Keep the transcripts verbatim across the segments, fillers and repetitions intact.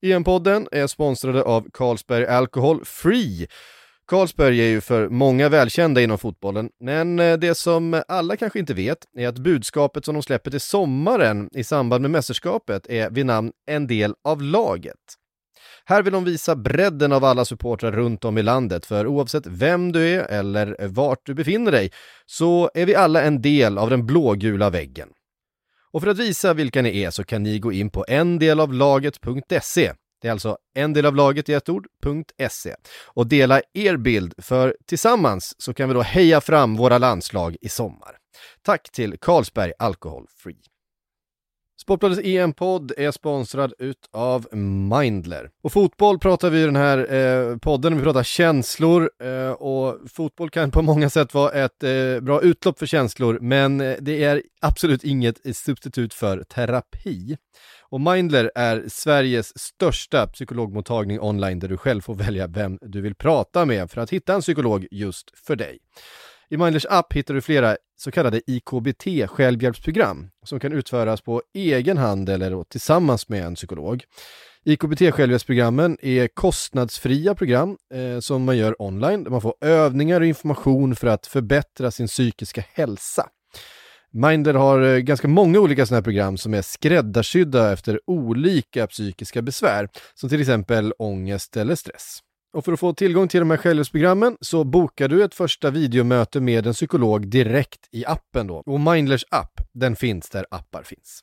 E M-podden är sponsrade av Carlsberg Alcohol Free. Carlsberg är ju för många välkända inom fotbollen, men det som alla kanske inte vet är att budskapet som de släpper till sommaren i samband med mästerskapet är vid namn en del av laget. Här vill de visa bredden av alla supportrar runt om i landet, för oavsett vem du är eller vart du befinner dig så är vi alla en del av den blågula väggen. Och för att visa vilka ni är så kan ni gå in på en del av laget punkt se. Det är alltså en del av laget i ett ord, .se. Och dela er bild, för tillsammans så kan vi då heja fram våra landslag i sommar. Tack till Carlsberg Alcohol Free. Sportbladets E M-podd är sponsrad utav Mindler. Och fotboll pratar vi i den här eh, podden, vi pratar känslor eh, och fotboll kan på många sätt vara ett eh, bra utlopp för känslor, men eh, det är absolut inget substitut för terapi. Och Mindler är Sveriges största psykologmottagning online där du själv får välja vem du vill prata med för att hitta en psykolog just för dig. I Mindlers app hittar du flera så kallade I K B T-självhjälpsprogram som kan utföras på egen hand eller tillsammans med en psykolog. I K B T-självhjälpsprogrammen är kostnadsfria program eh, som man gör online där man får övningar och information för att förbättra sin psykiska hälsa. Mindler har ganska många olika sådana här program som är skräddarsydda efter olika psykiska besvär, som till exempel ångest eller stress. Och för att få tillgång till de här självhjälpsprogrammen så bokar du ett första videomöte med en psykolog direkt i appen då. Och Mindlers app, den finns där appar finns.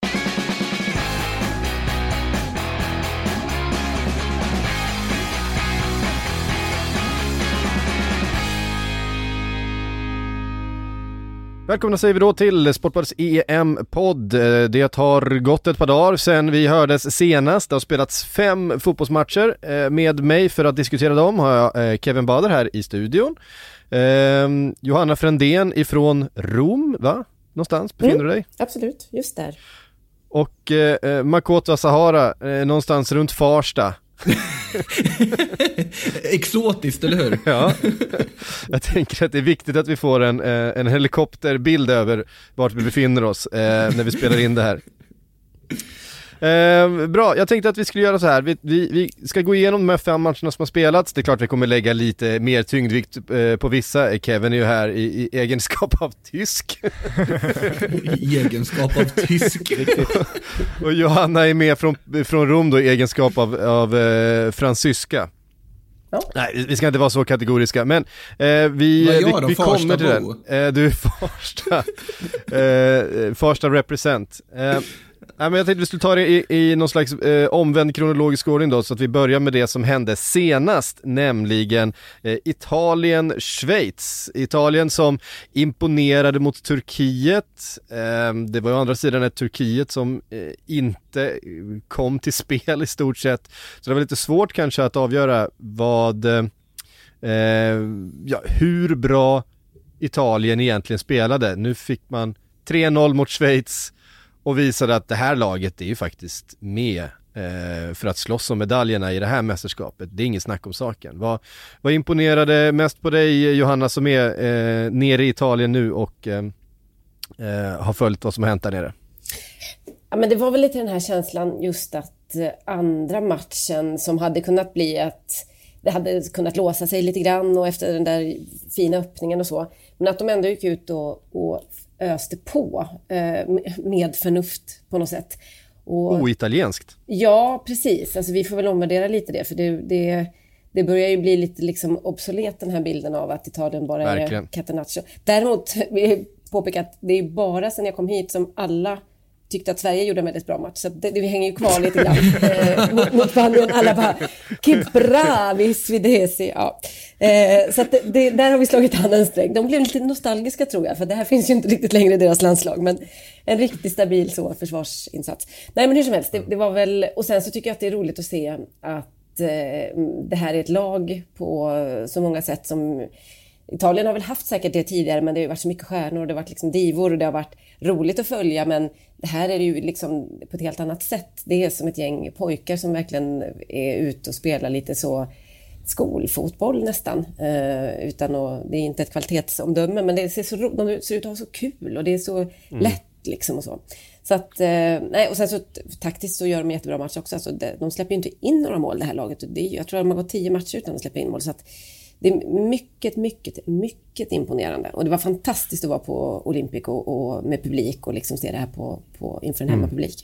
Välkomna säger vi då till Sportbladets E M-podd. Det har gått ett par dagar sedan vi hördes senast. Det har spelats fem fotbollsmatcher. Med mig för att diskutera dem har jag Kevin Bader här i studion. Johanna Frändén ifrån Rom, va? Någonstans befinner mm, du dig? Absolut, just där. Och eh, Makota Sahara, eh, någonstans runt Farsta. Exotiskt, eller hur? Ja. Jag tänker att det är viktigt att vi får en, en helikopterbild över vart vi befinner oss eh, när vi spelar in det här. Eh, bra, jag tänkte att vi skulle göra så här. Vi, vi, vi ska gå igenom de här fem matcherna som har spelats. Det är klart vi kommer lägga lite mer tyngdvikt eh, på vissa. Kevin är ju här i, i egenskap av tysk. I egenskap av tysk. Och Johanna är med från, från Rom då i egenskap av, av eh, fransyska. Ja. Nej, vi ska inte vara så kategoriska, men eh, vi, vi, vi kommer till den. Eh, du är Farsta. eh, Farsta represent. Eh, Nej, men jag tänkte att vi skulle ta det i, i någon slags eh, omvänd kronologisk ordning då, så att vi börjar med det som hände senast, nämligen eh, Italien-Schweiz. Italien som imponerade mot Turkiet. Eh, det var ju å andra sidan ett Turkiet som eh, inte kom till spel i stort sett. Så det var lite svårt kanske att avgöra vad, eh, ja, hur bra Italien egentligen spelade. Nu fick man tre noll mot Schweiz och visade att det här laget är ju faktiskt med eh, för att slåss om medaljerna i det här mästerskapet. Det är inget snack om saken. Vad, vad imponerade mest på dig, Johanna, som är eh, nere i Italien nu och eh, eh, har följt vad som har hänt där nere? Ja, men det var väl lite den här känslan just att eh, andra matchen som hade kunnat bli att det hade kunnat låsa sig lite grann och efter den där fina öppningen och så. Men att de ändå gick ut och, och öste på eh, med förnuft på något sätt. Och, oitalienskt. Ja, precis. Alltså, vi får väl omvärdera lite det. För det, det, det börjar ju bli lite liksom obsolet, den här bilden av att Italien bara Verkligen. är catenaccio. Däremot vi påpekar att det är bara sen jag kom hit som alla tyckte att Sverige gjorde en väldigt bra match. Så det, det hänger ju kvar lite grann eh, mot, mot Spanien. Alla bara, che bravi svedesi. Ja. Eh, så att det, det, där har vi slagit an en sträng. De blev lite nostalgiska, tror jag. För det här finns ju inte riktigt längre i deras landslag. Men en riktigt stabil så försvarsinsats. Nej, men hur som helst. Det, det var väl, och sen så tycker jag att det är roligt att se att eh, det här är ett lag på så många sätt som... Italien har väl haft säkert det tidigare, men det har varit så mycket stjärnor och det har varit liksom divor och det har varit roligt att följa, men det här är ju liksom på ett helt annat sätt. Det är som ett gäng pojkar som verkligen är ute och spelar lite så skolfotboll nästan, eh, utan att, det är inte ett kvalitetsomdöme, men det ser så, de ser ut att ha så kul och det är så mm. lätt liksom och så. Så att, eh, nej, och sen så taktiskt så gör de en jättebra match också. Alltså, de, de släpper ju inte in några mål det här laget. Det är, jag tror att de har gått tio matcher utan att släppa in mål. Så att det är mycket, mycket, mycket imponerande. Och det var fantastiskt att vara på Olympic och, och med publik och liksom se det här på, på, inför en mm. hemmapublik.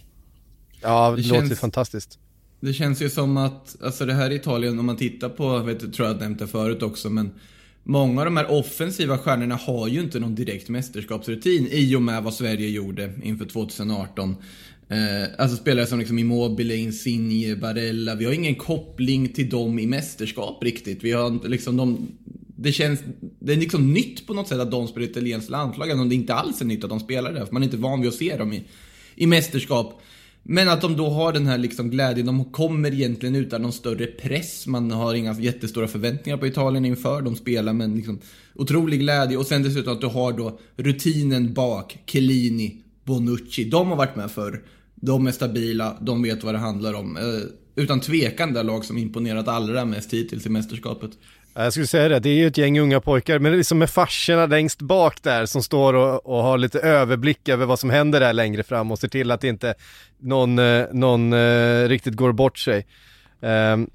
Ja, det, det låter känns, fantastiskt. Det känns ju som att, alltså det här i Italien, om man tittar på, vet du, tror jag att jag nämnde förut också, men många av de här offensiva stjärnorna har ju inte någon direkt mästerskapsrutin i och med vad Sverige gjorde inför tjugoarton. Eh, alltså spelare som liksom Immobile, Insigne, Barella, vi har ingen koppling till dem i mästerskap riktigt. Vi har liksom de, det känns, det är liksom nytt på något sätt att de spelar italienskt landslag, även om det inte alls är nytt att de spelar där, för man är inte van vid att se dem i, i mästerskap. Men att de då har den här liksom glädjen, de kommer egentligen utan någon större press. Man har inga jättestora förväntningar på Italien inför. De spelar med liksom otrolig glädje. Och sen dessutom att du har då rutinen bak, Chiellini, Bonucci. De har varit med för. De är stabila, de vet vad det handlar om. Eh, utan tvekan det lag som imponerat allra mest hittills i mästerskapet. Jag skulle säga det, det är ju ett gäng unga pojkar, men det är liksom med farserna längst bak där som står och, och har lite överblick över vad som händer där längre fram och ser till att inte någon, någon uh, riktigt går bort sig. Um,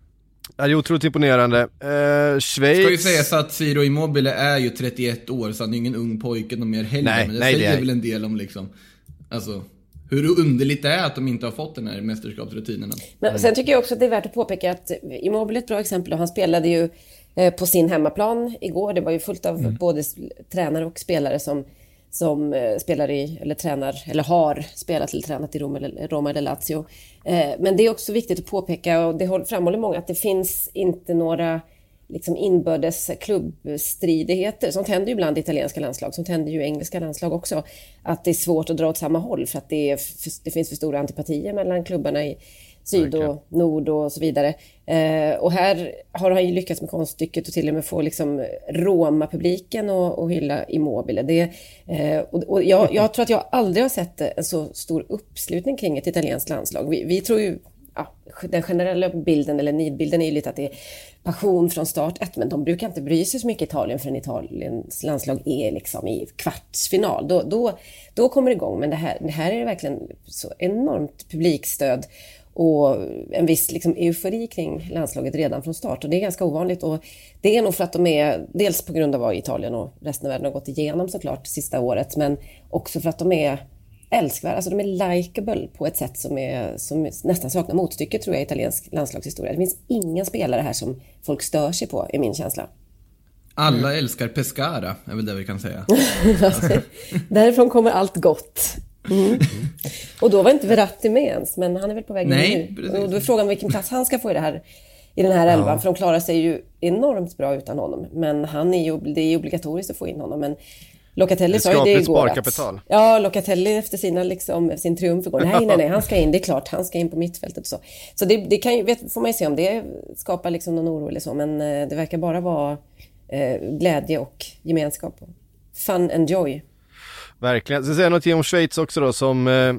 det är otroligt imponerande. Uh, Schweiz... Ska ju säga så att Ciro Immobile är ju trettioett år, så han är ingen ung pojke de mer heller, nej, men det nej, säger det är... väl en del om liksom, alltså... hur underligt det är att de inte har fått den här mästerskapsrutinen. Men sen tycker jag också att det är värt att påpeka att Immobile är ett bra exempel. Och han spelade ju på sin hemmaplan igår. Det var ju fullt av mm. både tränare och spelare som, som spelar i, eller tränar, eller har spelat eller tränat i Roma eller, Roma eller Lazio. Men det är också viktigt att påpeka, och det framhåller många, att det finns inte några liksom inbördes klubbstridigheter. Sånt händer ju ibland i italienska landslag, sånt händer ju i engelska landslag också, att det är svårt att dra åt samma håll för att det, är för, det finns för stora antipatier mellan klubbarna i syd och okay. nord och så vidare. Eh, och här har han ju lyckats med konststycket och till och med få liksom Roma-publiken och, och hylla Immobile. Det, eh, och, och jag, jag tror att jag aldrig har sett en så stor uppslutning kring ett italienskt landslag. Vi, vi tror ju, ja, den generella bilden eller nidbilden är ju lite att det är passion från start ett, men de brukar inte bry sig så mycket Italien för en Italiens landslag är liksom i kvartsfinal. Då, då, då kommer det igång, men det här, det här är verkligen så enormt publikstöd och en viss liksom eufori kring landslaget redan från start, och det är ganska ovanligt, och det är nog för att de är, dels på grund av vad Italien och resten av världen har gått igenom såklart sista året, men också för att de är älskvärda, alltså de är likeable på ett sätt som, är, som nästan saknar motstycke tror jag i italiensk landslagshistoria. Det finns ingen spelare här som folk stör sig på, i min känsla. Alla mm. älskar Pescara, är väl det vi kan säga. Alltså, därifrån kommer allt gott. Mm. Och då var inte Verratti med ens, men han är väl på väg Nej, nu. Och då är frågan vilken plats han ska få i det här, i den här elvan, ja. För de klarar sig ju enormt bra utan honom. Men han är ju, det är obligatoriskt att få in honom, men Locatelli sa ju det igår att, ja, Locatelli efter sina, liksom, sin triumf igår, nej, nej, nej, han ska in, det är klart, han ska in på mittfältet och så. Så det, det kan ju, vet, får man ju se om det skapar liksom någon oro eller så, men eh, det verkar bara vara eh, glädje och gemenskap. Fun and joy. Verkligen. Så säger jag något om Schweiz också då, som eh,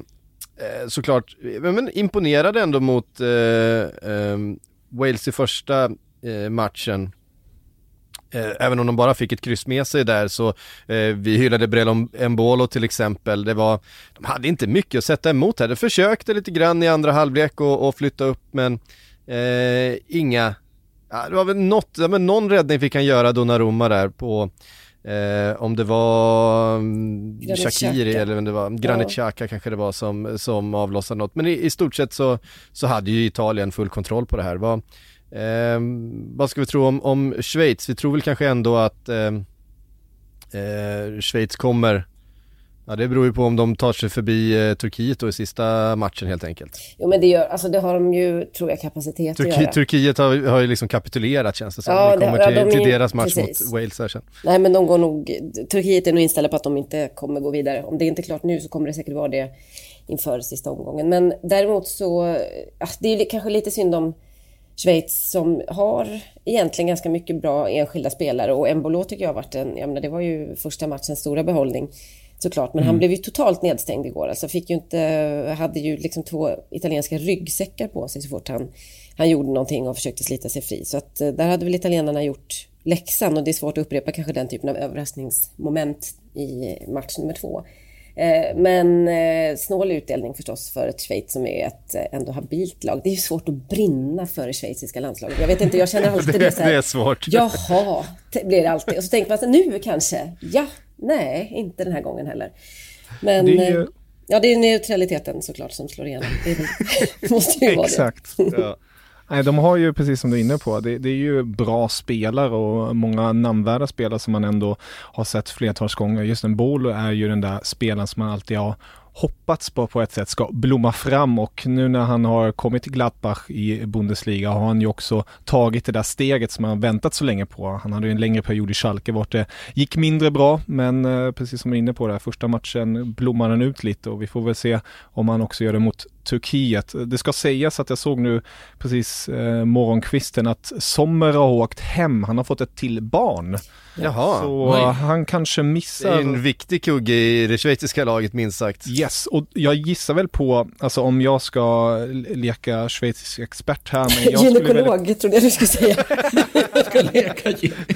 såklart men imponerade ändå mot eh, eh, Wales i första eh, matchen. Även om de bara fick ett kryss med sig där, så eh, vi hyllade Brelon Embolo till exempel. Det var, de hade inte mycket att sätta emot här. De försökte lite grann i andra halvlek och, och flytta upp, men eh, inga, ja, det var väl något, ja, men någon räddning fick han göra Donnarumma där på, eh, om det var um, Shaqiri eller om det var Granit Xhaka, kanske det var som, som avlossade något. Men i, i stort sett så, så hade ju Italien full kontroll på det här. Var Eh, vad ska vi tro om, om Schweiz? Vi tror väl kanske ändå att eh, eh, Schweiz kommer, ja, det beror ju på om de tar sig förbi eh, Turkiet då i sista matchen helt enkelt. Jo, men det gör, alltså det har de ju, tror jag, kapacitet Turki, att göra. Turkiet har, har ju liksom kapitulerat, känns det som. Ja, det kommer det, till, ja, de till är, deras match precis. mot Wales här sen. Nej, men de går nog, Turkiet är nog inställda på att de inte kommer gå vidare. Om det är inte klart nu så kommer det säkert vara det inför sista omgången. Men däremot så, ja, det är ju kanske lite synd om Schweiz som har egentligen ganska mycket bra enskilda spelare, och Embolo tycker jag har varit en, jag menar, det var ju första matchens stora behållning såklart, men mm. han blev ju totalt nedstängd igår, alltså fick ju inte, hade ju liksom två italienska ryggsäckar på sig så fort han, han gjorde någonting och försökte slita sig fri, så att där hade väl italienarna gjort läxan, och det är svårt att upprepa kanske den typen av överraskningsmoment i match nummer två. Eh, men eh, snål utdelning förstås för ett Schweiz som är ett eh, ändå habilt lag. Det är ju svårt att brinna för det schweiziska landslaget. Jag vet inte, jag känner alltid det så här. Det är svårt. Jaha, det blir det alltid. Och så tänker man så nu kanske. Ja, nej, inte den här gången heller. Men det är ju... eh, ja, det är neutraliteten såklart som slår igenom. Det, är, det måste ju vara det. Exakt. Ja. Nej, de har ju, precis som du är inne på, det, det är ju bra spelare och många namnvärda spelare som man ändå har sett flertals gånger. Just en Bolo är ju den där spelaren som man alltid har hoppats på på ett sätt ska blomma fram, och nu när han har kommit till Gladbach i Bundesliga har han ju också tagit det där steget som han väntat så länge på. Han hade ju en längre period i Schalke vart det gick mindre bra, men eh, precis som jag är inne på det här, första matchen blommar han ut lite och vi får väl se om han också gör det mot Turkiet. Det ska sägas att jag såg nu precis eh, morgonkvisten att Sommer har åkt hem. Han har fått ett till barn. Jaha. Så Oj. han kanske missar... Det är en viktig kugge i det schweiziska laget, minst sagt. Yes, och jag gissar väl på, alltså om jag ska leka schweizisk expert här... Men jag gynekolog, väldigt... trodde jag du skulle säga. Jag ska leka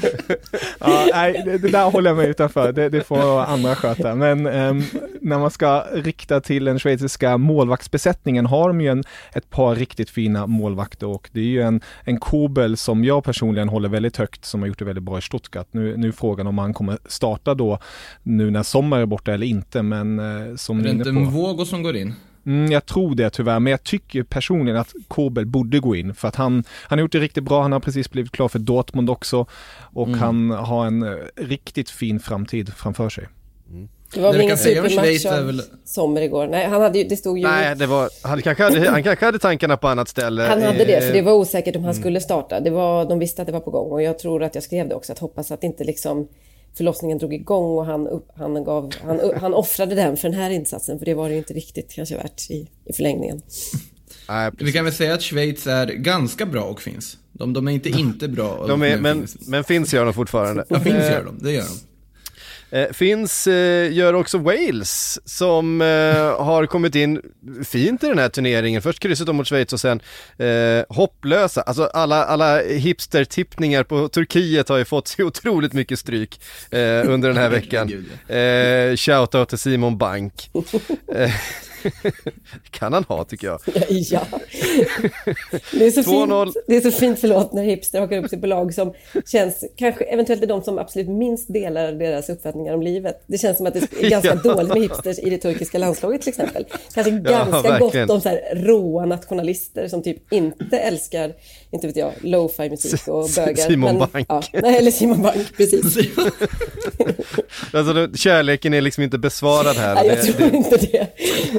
ja, nej, det, det där håller jag mig utanför. Det, det får andra sköta. Men um, när man ska rikta till den schweiziska målvaktsbesättningen har de ju en, ett par riktigt fina målvakter, och det är ju en, en Kobel som jag personligen håller väldigt högt, som har gjort det väldigt bra i Stuttgart. Nu, nu är frågan om han kommer starta då nu när Sommer är borta eller inte, men uh, som det är inte en på... Vågo som går in. Mm, jag tror det tyvärr, men jag tycker personligen att Kobel borde gå in för att han, han har gjort det riktigt bra. Han har precis blivit klar för Dortmund också, och mm. han har en uh, riktigt fin framtid framför sig. Mm. Det var väl ingen supermatch av väl... Sommer igår. Nej, han hade ju, det stod ju... Nej, det var, han, kanske hade, han kanske hade tankarna på annat ställe. Han hade det, för det var osäkert om han mm. skulle starta. Det var, de visste att det var på gång, och jag tror att jag skrev det också, att hoppas att inte liksom förlossningen drog igång och han, upp, han, gav, han, han offrade den för den här insatsen, för det var det ju inte riktigt kanske värt i, i förlängningen. Nej, vi kan väl säga att Schweiz är ganska bra och finns. De, de är inte inte bra. De är, men, finns. men finns gör de fortfarande. Ja, finns gör de, det gör de. Eh, finns eh, gör också Wales som eh, har kommit in fint i den här turneringen. Först krysset mot Schweiz och sen eh, hopplösa. Alltså alla, alla hipster-tippningar på Turkiet har ju fått så otroligt mycket stryk eh, under den här veckan. Eh, shoutout till Simon Bank. Eh, kan han ha, tycker jag. Ja. Det är så fint. Det är så fint, förlåt, när hipster hakar upp sig på lag som känns kanske eventuellt är de som absolut minst delar deras uppfattningar om livet. Det känns som att det är ganska ja. dåligt med hipsters i det turkiska landslaget till exempel. Kanske ganska ja, gott om så här råa nationalister som typ inte älskar, inte vet jag, lo-fi musik och bögar. Simon men, Bank. Ja, nej, eller Simon Bank, precis. Alltså, kärleken är liksom inte besvarad här. Nej, jag det, tror det... inte det.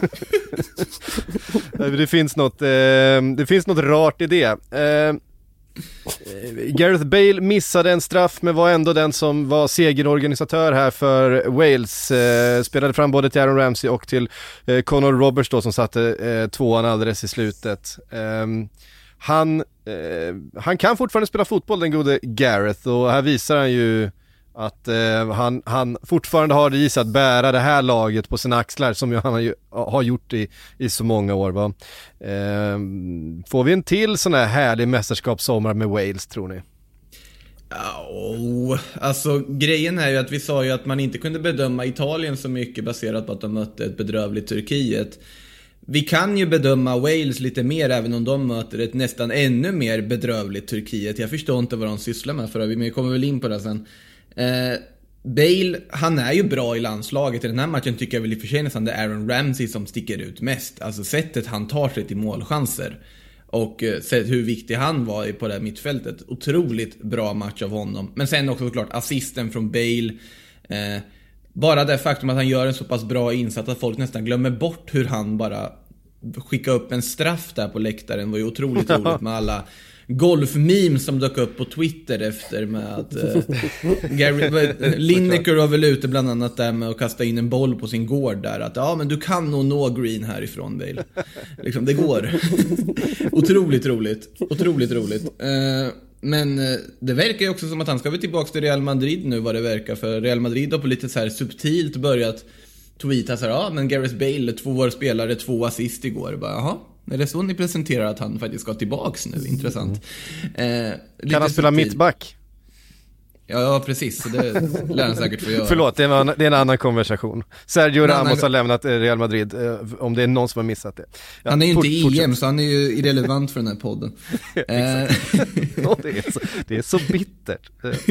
det finns något eh, det finns något rart i det. Eh, Gareth Bale missade en straff, men var ändå den som var segerorganisatör här för Wales. Eh, spelade fram både till Aaron Ramsey och till eh, Connor Roberts då, som satte eh, tvåan alldeles i slutet. Eh, han, eh, han kan fortfarande spela fotboll, den gode Gareth, och här visar han ju att eh, han, han fortfarande har det i sig att bära det här laget på sina axlar, som ju han har, ju, har gjort i, i så många år. Va? Eh, får vi en till sån här härlig mästerskapssommar med Wales, tror ni? Oh, alltså grejen är ju att vi sa ju att man inte kunde bedöma Italien så mycket baserat på att de mötte ett bedrövligt Turkiet. Vi kan ju bedöma Wales lite mer, även om de möter ett nästan ännu mer bedrövligt Turkiet. Jag förstår inte vad de sysslar med, för vi kommer väl in på det sen. Eh, Bale, han är ju bra i landslaget. I den här matchen tycker jag väl i och för sig nästan det är Aaron Ramsey som sticker ut mest. Alltså sättet han tar sig till målchanser och eh, sett hur viktig han var på det här mittfältet. Otroligt bra match av honom. Men sen också såklart assisten från Bale. eh, Bara det faktum att han gör en så pass bra insats att folk nästan glömmer bort hur han bara skickade upp en straff där på läktaren var ju otroligt roligt, med alla golfmemes som dök upp på Twitter efter med att uh, Gary, Lineker var väl ute bland annat där med att kasta in en boll på sin gård där, att ja, men du kan nog nå green härifrån, Bale. Liksom, det går. Otroligt roligt. Otroligt roligt. Uh, men uh, det verkar ju också som att han ska väl tillbaka till Real Madrid nu, vad det verkar, för Real Madrid har på lite så här subtilt börjat tweeta så här, ja, men Gareth Bale, två år spelare, två assist igår. Bara, jaha. Är det så ni presenterar att han faktiskt ska tillbaks nu? Intressant. Eh, kan han spela mittback? Ja, precis. Så det lär han säkert få göra. Förlåt, det är, en, det är en annan konversation. Sergio en Ramos annan... har lämnat Real Madrid, om det är någon som har missat det. Ja, han är ju inte i E M, så han är ju irrelevant för den här podden. ja, det, är så, det är så bittert.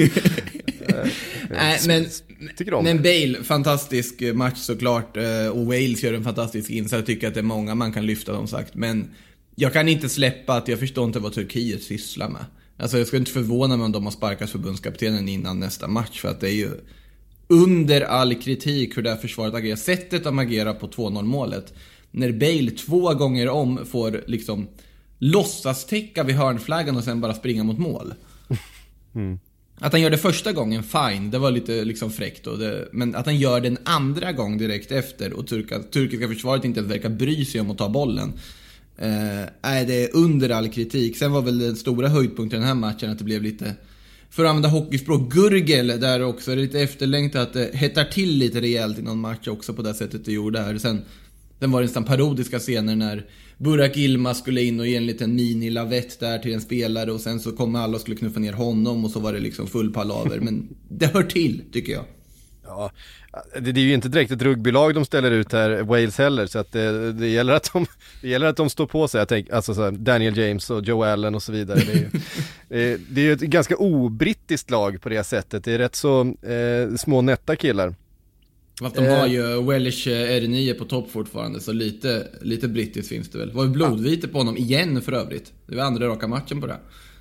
Nej, men, men Bale, fantastisk match såklart. Och Wales gör en fantastisk insats. Jag tycker att det är många man kan lyfta, som sagt. Men jag kan inte släppa att jag förstår inte vad Turkiet sysslar med. Alltså jag skulle inte förvåna mig om de har sparkat förbundskaptenen innan nästa match. För att det är ju under all kritik hur det här försvaret agerar. Sättet de agerar på två noll målet. När Bale två gånger om får liksom låtsas täcka vid hörnflaggan och sen bara springa mot mål. Mm. Att han gör det första gången, fine, det var lite liksom fräckt då, det, men att han gör den andra gång direkt efter och turka, turkiska försvaret inte verkar bry sig om att ta bollen. Eh, är det under all kritik. Sen var väl den stora höjdpunkten i den här matchen att det blev lite, för att använda hockeyspråk, gurgel där också. Det är lite efterlängtat att det hettar till lite rejält i någon match också på det sättet det gjorde här. Sen, sen var det nästan parodiska scener när Burak Yilmaz skulle in och ge en liten mini-lavett där till en spelare och sen så kom alla och skulle knuffa ner honom och så var det liksom full palaver. Men det hör till, tycker jag. Ja, det, det är ju inte direkt ett rugbylag de ställer ut här, Wales heller, så att det, det, gäller, att de, det gäller att de står på sig. Jag tänker, alltså så här, Daniel James och Joe Allen och så vidare. Det är ju, det är, det är ju ett ganska obrittiskt lag på det sättet. Det är rätt så eh, små nätta killar. Fast de har ju Welsh R nio på topp fortfarande, så lite, lite brittiskt finns det väl. Det var ju blodvite på honom igen för övrigt. Det var andra raka matchen på det.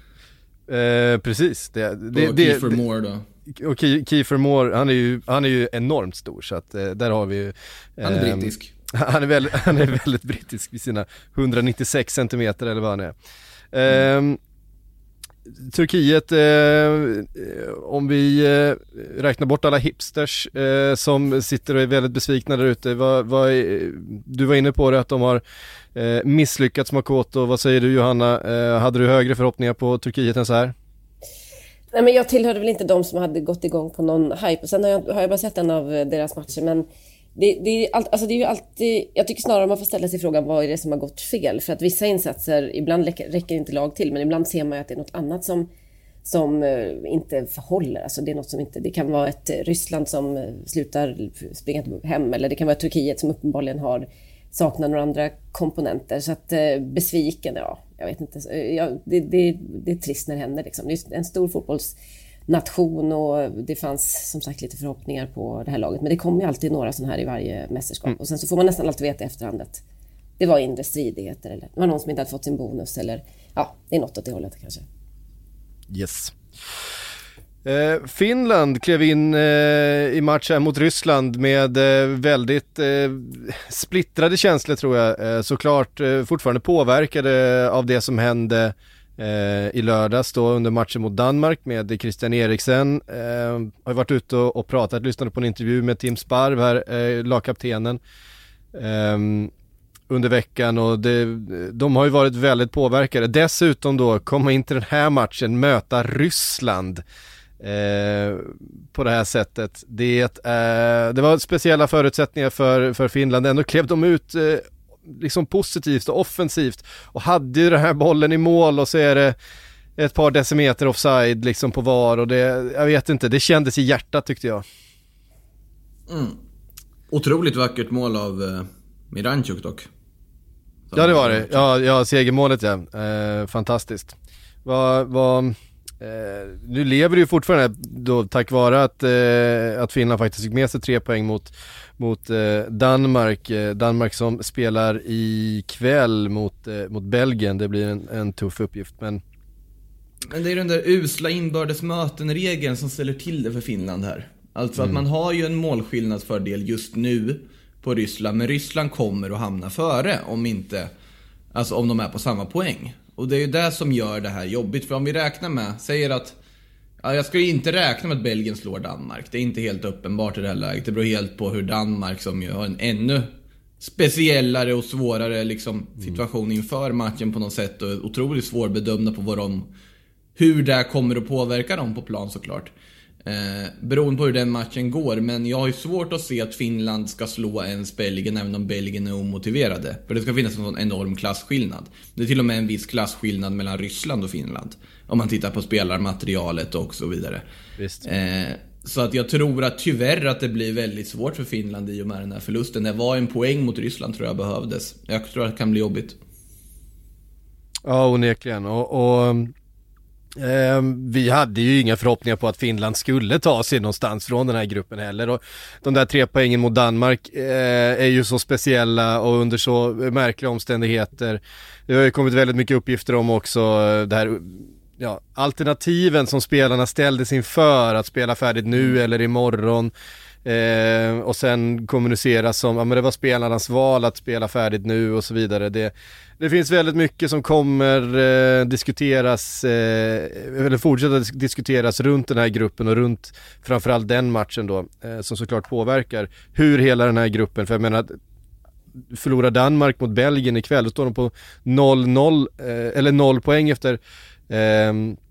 Eh, precis. Det, det, och det, Kiefer det, Moore då. Och Kiefer Moore, han är ju, han är ju enormt stor, så att eh, där har vi ju... Eh, han är brittisk. Han är, väldigt, han är väldigt brittisk vid sina etthundranittiosex centimeter eller vad han är. Eh, mm. Turkiet, eh, om vi eh, räknar bort alla hipsters eh, som sitter och är väldigt besvikna där ute, vad, vad är, du var inne på det att de har eh, misslyckats Makoto. Vad säger du, Johanna? Eh, hade du högre förhoppningar på Turkiet än så här? Nej, men jag tillhörde väl inte de som hade gått igång på någon hype, och sen har jag, har jag bara sett en av deras matcher, men det, det, är all, alltså det är ju alltid, jag tycker snarare man får ställa sig frågan, vad är det som har gått fel? För att vissa insatser, ibland räcker, räcker inte lag till, men ibland ser man ju att det är något annat som, som uh, inte förhåller. Alltså det är något som inte, det kan vara ett Ryssland som uh, slutar springa hem, eller det kan vara Turkiet som uppenbarligen har saknar några andra komponenter. Så att uh, besviken, ja, jag vet inte. Uh, ja, det, det, det är trist när det händer liksom. Det är en stor fotbollsnation och det fanns som sagt lite förhoppningar på det här laget. Men det kommer ju alltid några sådana här i varje mästerskap. Mm. Och sen så får man nästan alltid veta i efterhand att det var inre stridigheter eller det var någon som inte hade fått sin bonus eller ja, det är något åt det hållet kanske. Yes. Eh, Finland klev in eh, i matchen mot Ryssland med eh, väldigt eh, splittrade känslor tror jag. Eh, såklart eh, fortfarande påverkade av det som hände eh, i lördags då under matchen mot Danmark med Christian Eriksen. Eh, har varit ute och, och pratat, lyssnade på en intervju med Tim Sparv här, eh, lagkaptenen. Eh, under veckan och det, de har ju varit väldigt påverkade. Dessutom då komma in till den här matchen, möta Ryssland eh, på det här sättet. Det, eh, det var speciella förutsättningar för, för Finland. Ändå klev de ut eh, liksom positivt och offensivt och hade ju den här bollen i mål och så är det ett par decimeter offside liksom på var och det, jag vet inte, det kändes i hjärtat tyckte jag. Mm. Otroligt vackert mål av eh, Miranchuk dock. Ja det var det, ja, ja segermålet ja, eh, fantastiskt. Vad, vad, eh, nu lever det ju fortfarande då, tack vare att, eh, att Finland faktiskt fick med sig tre poäng mot, mot eh, Danmark. Eh, Danmark som spelar i kväll mot, eh, mot Belgien, det blir en, en tuff uppgift. Men... men det är den där usla inbördesmöten-regeln som ställer till det för Finland här. Alltså mm. att man har ju en målskillnadsfördel just nu på Ryssland, men Ryssland kommer att hamna före om inte, alltså om de är på samma poäng. Och det är ju det som gör det här jobbigt, för om vi räknar med, säger att ja, jag ska inte räkna med att Belgien slår Danmark, det är inte helt uppenbart i det här läget, det beror helt på hur Danmark, som ju har en ännu speciellare och svårare liksom, situation inför matchen på något sätt och otroligt svårbedömda på vad de, hur det kommer att påverka dem på plan såklart. Eh, beroende på hur den matchen går. Men jag har ju svårt att se att Finland ska slå ens Belgien, även om Belgien är omotiverade. För det ska finnas en sån enorm klasskillnad. Det är till och med en viss klasskillnad mellan Ryssland och Finland, om man tittar på spelarmaterialet och så vidare. Visst. Eh, så att jag tror att tyvärr att det blir väldigt svårt för Finland i och med den här förlusten. Det var en poäng mot Ryssland, tror jag behövdes. Jag tror att det kan bli jobbigt. Ja, onekligen. Och, och eh, vi hade ju inga förhoppningar på att Finland skulle ta sig någonstans från den här gruppen heller. Och de där tre poängen mot Danmark eh, är ju så speciella och under så märkliga omständigheter. Det har ju kommit väldigt mycket uppgifter om också det här, ja, alternativen som spelarna ställdes inför, att spela färdigt nu eller imorgon. Eh, och sen kommuniceras som, ja men det var spelarnas val att spela färdigt nu och så vidare. Det, det finns väldigt mycket som kommer eh, diskuteras, eh, eller fortsätta diskuteras runt den här gruppen och runt framförallt den matchen då, eh, som såklart påverkar hur hela den här gruppen, för jag menar, förlorar Danmark mot Belgien ikväll, då står de på noll noll, eh, eller noll poäng efter eh,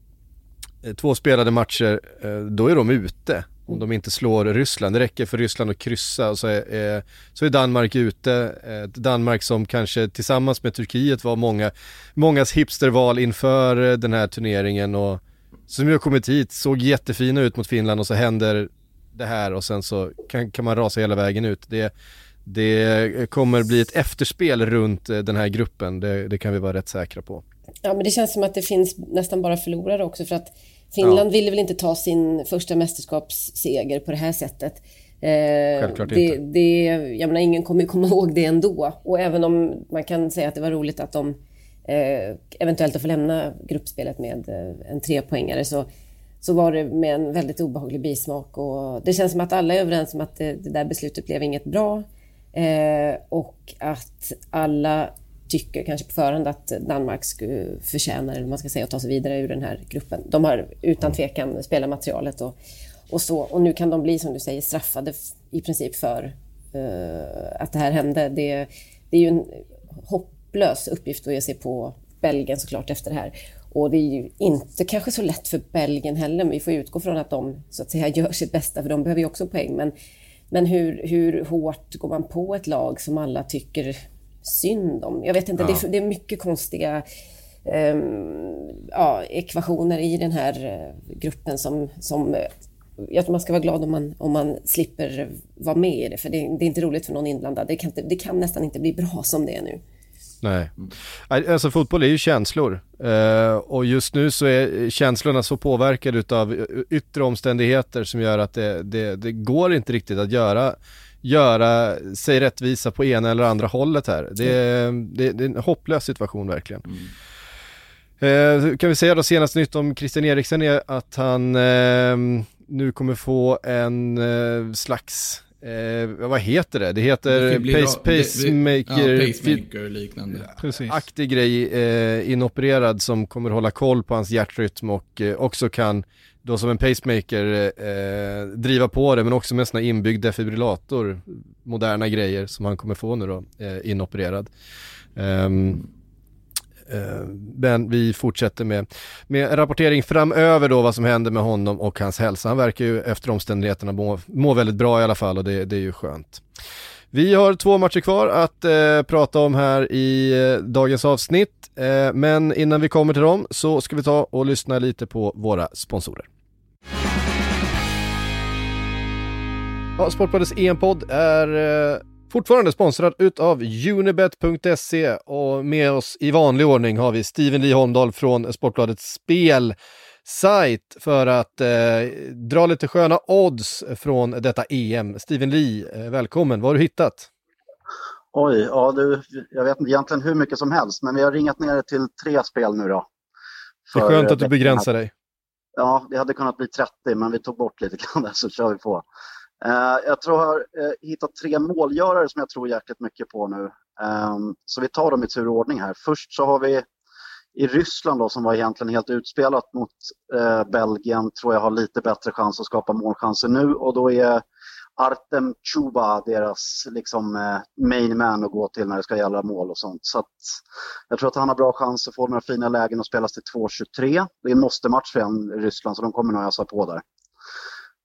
två spelade matcher, eh, då är de ute. Om de inte slår Ryssland. Det räcker för Ryssland att kryssa och så är, så är Danmark ute. Ett Danmark som kanske tillsammans med Turkiet var många, mångas hipsterval inför den här turneringen, och som ju har kommit hit, såg jättefina ut mot Finland, och så händer det här och sen så kan, kan man rasa hela vägen ut. Det, det kommer bli ett efterspel runt den här gruppen, det, det kan vi vara rätt säkra på. Ja, men det känns som att det finns nästan bara förlorare också, för att Finland ja. ville väl inte ta sin första mästerskapsseger på det här sättet. Eh, Självklart det, inte. Det, jag menar, ingen kommer komma ihåg det ändå. Och även om man kan säga att det var roligt att de eh, eventuellt får lämna gruppspelet med eh, en trepoängare, så, så var det med en väldigt obehaglig bismak. Och det känns som att alla är överens om att det, det där beslutet blev inget bra. Eh, och att alla tycker kanske på förhand att Danmark skulle förtjäna, eller man ska säga, att ta sig vidare ur den här gruppen. De har utan tvekan spelarmaterialet och, och så. Och nu kan de bli, som du säger, straffade i princip för uh, att det här hände. Det, det är ju en hopplös uppgift att ge sig på Belgien såklart efter det här. Och det är ju inte kanske så lätt för Belgien heller, men vi får utgå från att de så att säga gör sitt bästa, för de behöver ju också poäng. Men, men hur, hur hårt går man på ett lag som alla tycker synd om? Jag vet inte, ja. det, är, det är mycket konstiga um, ja, ekvationer i den här gruppen som, som jag tror man ska vara glad om man, om man slipper vara med i det, för det, det är inte roligt för någon inblandad. Det kan, det kan nästan inte bli bra som det är nu. Nej, alltså fotboll är ju känslor, uh, och just nu så är känslorna så påverkade utav yttre omständigheter som gör att det, det, det går inte riktigt att göra göra sig rättvisa på ena eller andra hållet här. Det är, det, det är en hopplös situation verkligen. Mm. Eh, kan vi säga då, senast nytt om Christian Eriksen är att han eh, nu kommer få en eh, slags eh, vad heter det? Det heter det pace, pacemaker, ja, pacemaker liknande. Aktig grej eh, inopererad som kommer hålla koll på hans hjärtrytm och eh, också kan då som en pacemaker eh, driva på det, men också med såna inbyggd defibrillator, moderna grejer som han kommer få nu då, eh, inopererad. Um, uh, men vi fortsätter med, med rapportering framöver då vad som händer med honom och hans hälsa. Han verkar ju efter omständigheterna må, må väldigt bra i alla fall, och det, det är ju skönt. Vi har två matcher kvar att eh, prata om här i eh, dagens avsnitt, eh, men innan vi kommer till dem så ska vi ta och lyssna lite på våra sponsorer. Ja, Sportbladets E M-podd är eh, fortfarande sponsrad utav Unibet punkt se, och med oss i vanlig ordning har vi Steven Lee Holmdahl från Sportbladets spelsajt för att eh, dra lite sköna odds från detta E M. Steven Lee, eh, välkommen. Vad har du hittat? Oj, ja du, jag vet inte egentligen hur mycket som helst, men vi har ringat ner till tre spel nu då. Det är skönt att du begränsar dig. Ja, det hade kunnat bli trettio, men vi tog bort lite grann där, så kör vi på. Uh, jag tror jag har uh, hittat tre målgörare som jag tror jäkligt mycket på nu. Um, så vi tar dem i tur och ordning här. Först så har vi i Ryssland då, som var egentligen helt utspelat mot uh, Belgien, tror jag har lite bättre chans att skapa målchanser nu. Och då är Artem Chuba deras liksom, uh, main man att gå till när det ska gälla mål och sånt. Så att, jag tror att han har bra chans att få några fina lägen och spelas till två tjugotre. Det är en måste-match för en Ryssland, så de kommer nog ösa på där.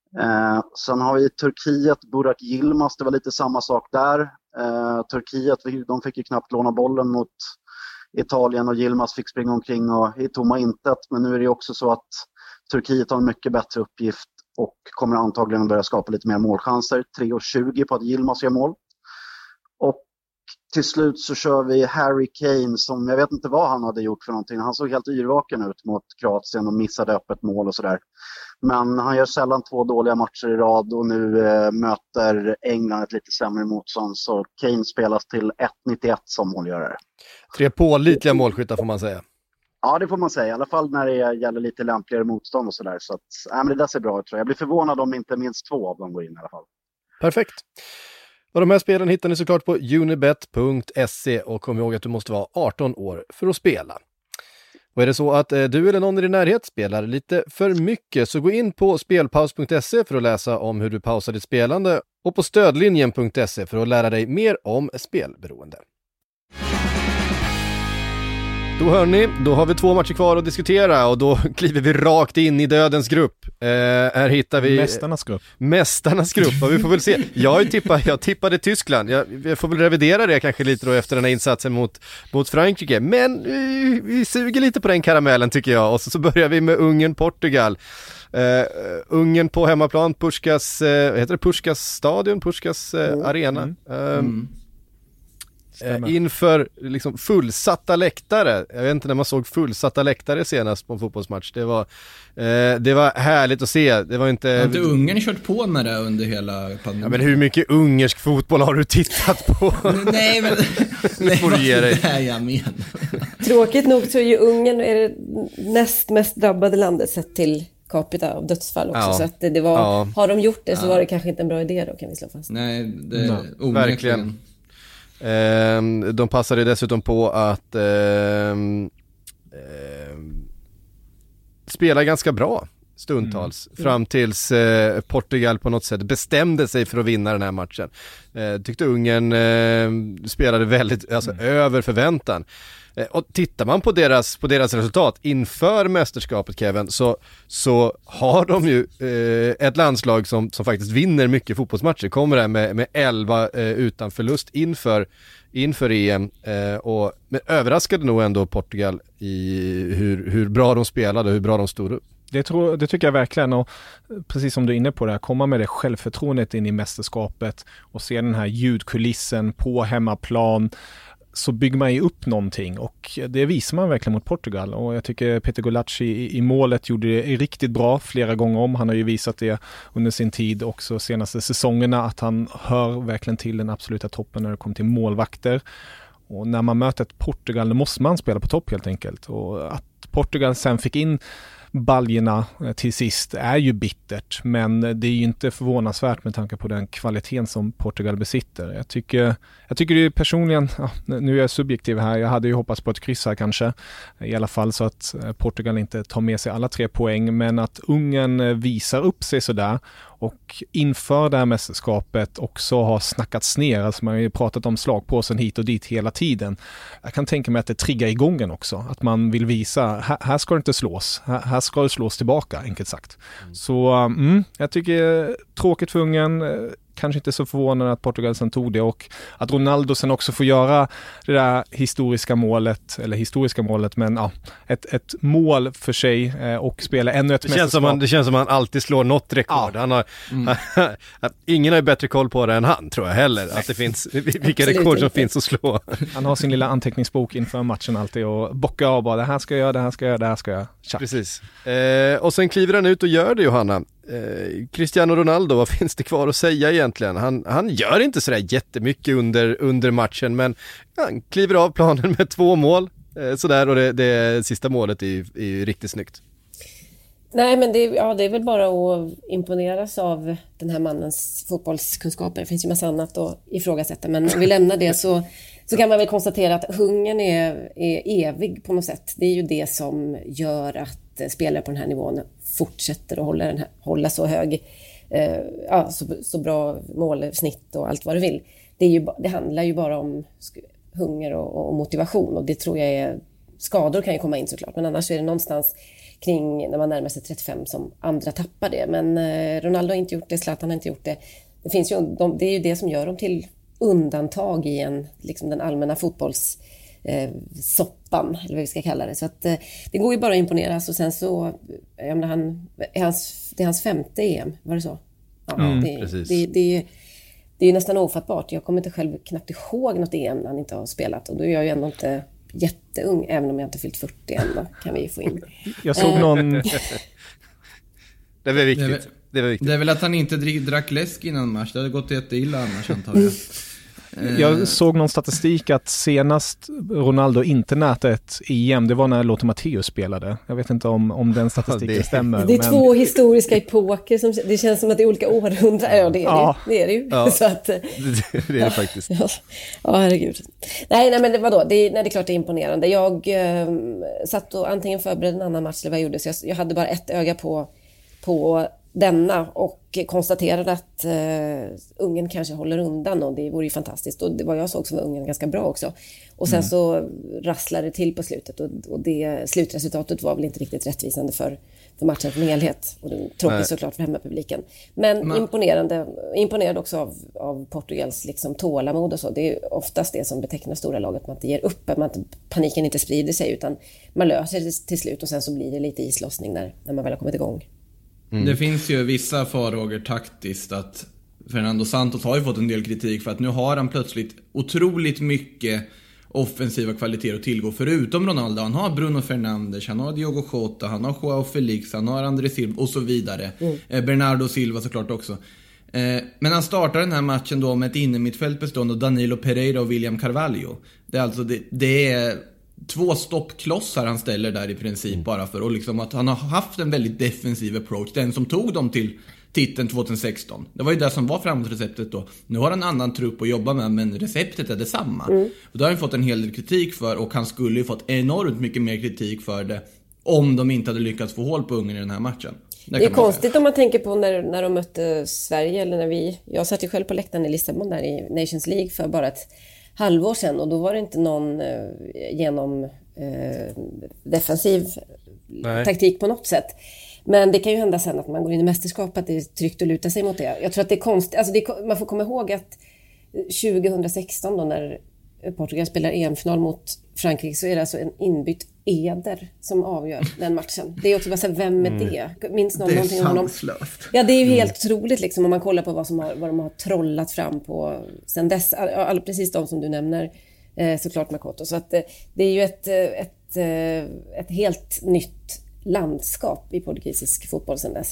Eh, sen har vi Turkiet, Burak Yilmaz, det var lite samma sak där. Eh, Turkiet, de fick ju knappt låna bollen mot Italien och Yilmaz fick springa omkring och i tomma intet. Men nu är det också så att Turkiet har en mycket bättre uppgift och kommer antagligen att börja skapa lite mer målchanser. tre och tjugo på att Yilmaz gör mål. Och till slut så kör vi Harry Kane som, jag vet inte vad han hade gjort för någonting. Han såg helt yrvaken ut mot Kroatien och missade öppet mål och sådär. Men han gör sällan två dåliga matcher i rad och nu eh, möter England ett lite sämre motstånd. Så Kane spelas till ett nittioett som målgörare. Tre pålitliga målskyttar får man säga. Ja, det får man säga. I alla fall när det gäller lite lämpligare motstånd och sådär. Så att, äh, men det där ser bra ut, tror jag. Jag blir förvånad om inte minst två av dem går in i alla fall. Perfekt. Och de här spelen hittar ni såklart på unibet punkt se och kom ihåg att du måste vara arton år för att spela. Och är det så att eh, du eller någon i din närhet spelar lite för mycket så gå in på spelpaus punkt se för att läsa om hur du pausar ditt spelande och på stödlinjen punkt se för att lära dig mer om spelberoende. Då hör ni, då har vi två matcher kvar att diskutera och då kliver vi rakt in i dödens grupp. Eh, här hittar vi... Mästarnas grupp. Mästarnas grupp, och vi får väl se. Jag, tippade, jag tippade Tyskland. Jag, jag får väl revidera det kanske lite då efter den här insatsen mot, mot Frankrike. Men vi, vi suger lite på den karamellen tycker jag. Och så, så börjar vi med Ungern-Portugal. Uh, Ungern på hemmaplan, Puskas, uh, heter det Puskas stadion, Puskas uh, mm. arena. Mm. Uh, mm. Uh, inför liksom fullsatta läktare. Jag vet inte när man såg fullsatta läktare senast på en fotbollsmatch. Det var, uh, det var härligt att se. Det var inte... Har inte Ungern kört på med det under hela pandemin? Ja, men hur mycket ungersk fotboll har du tittat på? Nej, men... Nu får du ge dig. Det är jag menar. Tråkigt nog så är ju Ungern är det näst mest drabbade landet sett till capita av dödsfall också. Ja. Så att det, det var, ja. Har de gjort det så ja. Var det kanske inte en bra idé då, kan vi slå fast. Nej, det är no. Verkligen. Eh, de passade dessutom på att eh, eh, spela ganska bra stundtals mm. fram tills eh, Portugal på något sätt bestämde sig för att vinna den här matchen. Eh, tyckte Ungern eh, spelade väldigt alltså, mm. över förväntan. Eh, och tittar man på deras, på deras resultat inför mästerskapet, Kevin, så, så har de ju eh, ett landslag som, som faktiskt vinner mycket fotbollsmatcher. Kommer där med, med elva eh, utan förlust inför, inför E M. Eh, och, men överraskade nog ändå Portugal i hur, hur bra de spelade och hur bra de stod upp. Det, tror, det tycker jag verkligen, och precis som du är inne på det här, komma med det självförtroendet in i mästerskapet och se den här ljudkulissen på hemmaplan, så bygger man ju upp någonting och det visar man verkligen mot Portugal. Och jag tycker Peter Gulacsi i, i målet gjorde det riktigt bra flera gånger om. Han har ju visat det under sin tid också senaste säsongerna att han hör verkligen till den absoluta toppen när det kommer till målvakter. Och när man möter ett Portugal, då måste man spela på topp helt enkelt. Och att Portugal sen fick in baljerna till sist är ju bittert, men det är ju inte förvånansvärt med tanke på den kvaliteten som Portugal besitter. Jag tycker, jag tycker det är personligen, ja, nu är jag subjektiv här, jag hade ju hoppats på ett kryss här kanske, i alla fall så att Portugal inte tar med sig alla tre poäng, men att Ungern visar upp sig sådär och inför det här mästerskapet också har snackats ner. Alltså man har ju pratat om slagpåsen hit och dit hela tiden. Jag kan tänka mig att det triggar igång en också. Att man vill visa, här, här ska det inte slås. Här, här ska det slås tillbaka, enkelt sagt. Mm. Så mm, jag tycker tråkigt för Ungern. Kanske inte så förvånande att Portugal sen tog det och att Ronaldo sen också får göra det där historiska målet, eller historiska målet, men ja, ett, ett mål för sig eh, och spela ännu ett det känns, som man, det känns som att han alltid slår något rekord. Ja. Han har, mm. ingen har ju bättre koll på det än han, tror jag heller. Att det finns, vilka rekord som finns att slå. Han har sin lilla anteckningsbok inför matchen alltid och bockar av bara, det här ska jag göra, det här ska jag göra, det här ska jag göra. Precis. Eh, och sen kliver han ut och gör det, Johanna. Eh, Cristiano Ronaldo, vad finns det kvar att säga egentligen? Han, han gör inte sådär jättemycket under, under matchen, men han kliver av planen med två mål eh, sådär, och det, det sista målet är, är riktigt snyggt. Nej, men det, ja, det är väl bara att imponeras av den här mannens fotbollskunskaper. Det finns ju massa annat att ifrågasätta, men om vi lämnar det så, så kan man väl konstatera att hungern är, är evig på något sätt. Det är ju det som gör att spelare på den här nivån fortsätter att hålla, den här, hålla så hög, eh, ja, så, så bra målsnitt och allt vad du vill. Det, är ju, det handlar ju bara om hunger och, och motivation, och det tror jag är skador kan ju komma in såklart, men annars är det någonstans kring när man närmar sig trettiofem som andra tappar det. Men eh, Ronaldo har inte gjort det, Zlatan har inte gjort det. Det, finns ju, de, det är ju det som gör dem till undantag i en, liksom den allmänna fotbollssoppan, eh, eller vad vi ska kalla det. Så att, eh, det går ju bara att imponeras. Och sen så, jag menar, han, är hans, det är hans femte E M, var det så? Ja, mm, det, precis. Det, det, det är ju nästan ofattbart. Jag kommer inte själv knappt ihåg något E M när han inte har spelat. Och då är jag ju ändå inte jätteung, även om jag inte fyllt fyrtio än, då kan vi få in. Jag såg någon... Det var viktigt. Det är, väl, det, var viktigt. det är väl att han inte drick, drack läsk innan match. Det hade gått jätteilla annars, antar jag. Jag såg någon statistik att senast Ronaldo inte nätade ett E M, det var när Lothar Matthäus spelade. Jag vet inte om, om den statistiken det, stämmer. Det är men... två historiska epoker som det känns som att det är olika århundraden. Ja, det är ja. det, det är det ju. Ja. Så att, det, det är det faktiskt. Ja, ja herregud. Nej, nej men det var då. Det är, nej, det är klart det är imponerande. Jag eh, satt och antingen förberedde en annan match eller vad jag gjorde, så jag, jag hade bara ett öga på, på denna och konstaterade att uh, Ungern kanske håller undan, och det vore ju fantastiskt, och det var jag såg så var Ungern ganska bra också, och sen mm. så rasslade det till på slutet, och, och det slutresultatet var väl inte riktigt rättvisande för, för matchen som helhet, och det tråkigt såklart för hemmapubliken, men Man... imponerande imponerad också av, av Portugals liksom tålamod och så. Det är oftast det som betecknar stora laget, man inte ger upp, man inte, paniken inte sprider sig, utan man löser det till slut, och sen så blir det lite islossning när, när man väl har kommit igång. Mm. Det finns ju vissa farhågor taktiskt att Fernando Santos har ju fått en del kritik för att nu har han plötsligt otroligt mycket offensiva kvaliteter att tillgå förutom Ronaldo. Han har Bruno Fernandes, han har Diogo Jota, han har Joao Felix, han har André Silva och så vidare. Mm. Eh, Bernardo Silva såklart också. Eh, men han startar den här matchen då med ett innermittfält bestående av Danilo Pereira och William Carvalho. Det är alltså det, det är två stoppklossar han ställer där i princip mm. bara för, och liksom att han har haft en väldigt defensiv approach, den som tog dem till titeln tjugohundrasexton. Det var ju det som var framåtreceptet då. Nu har han en annan trupp att jobba med, men receptet är detsamma. Mm. Och då har han fått en hel del kritik för, och han skulle ju fått enormt mycket mer kritik för det om de inte hade lyckats få hål på Ungern i den här matchen. Det, det är konstigt säga. Om man tänker på när, när de mötte Sverige, eller när vi, jag satt ju själv på läktaren i Lissabon där i Nations League för bara ett halvår sedan, och då var det inte någon eh, genom eh, defensiv Nej. taktik på något sätt. Men det kan ju hända sen att man går in i mästerskap, att det är tryggt att luta sig mot det. Jag tror att det är konstigt, alltså det är, man får komma ihåg att tjugohundrasexton då, när Portugal spelar E M-final mot Frankrike, så är det alltså en inbytt Eder som avgör den matchen. Det är också bara så här, vem är det? Minns någon det är någonting om honom? Ja, det är ju helt mm. troligt liksom, om man kollar på vad, som har, vad de har trollat fram på sen dess. All, all, precis de som du nämner, eh, såklart Makoto. Så att eh, det är ju ett, ett, ett, ett helt nytt landskap i portugisisk fotboll sen dess.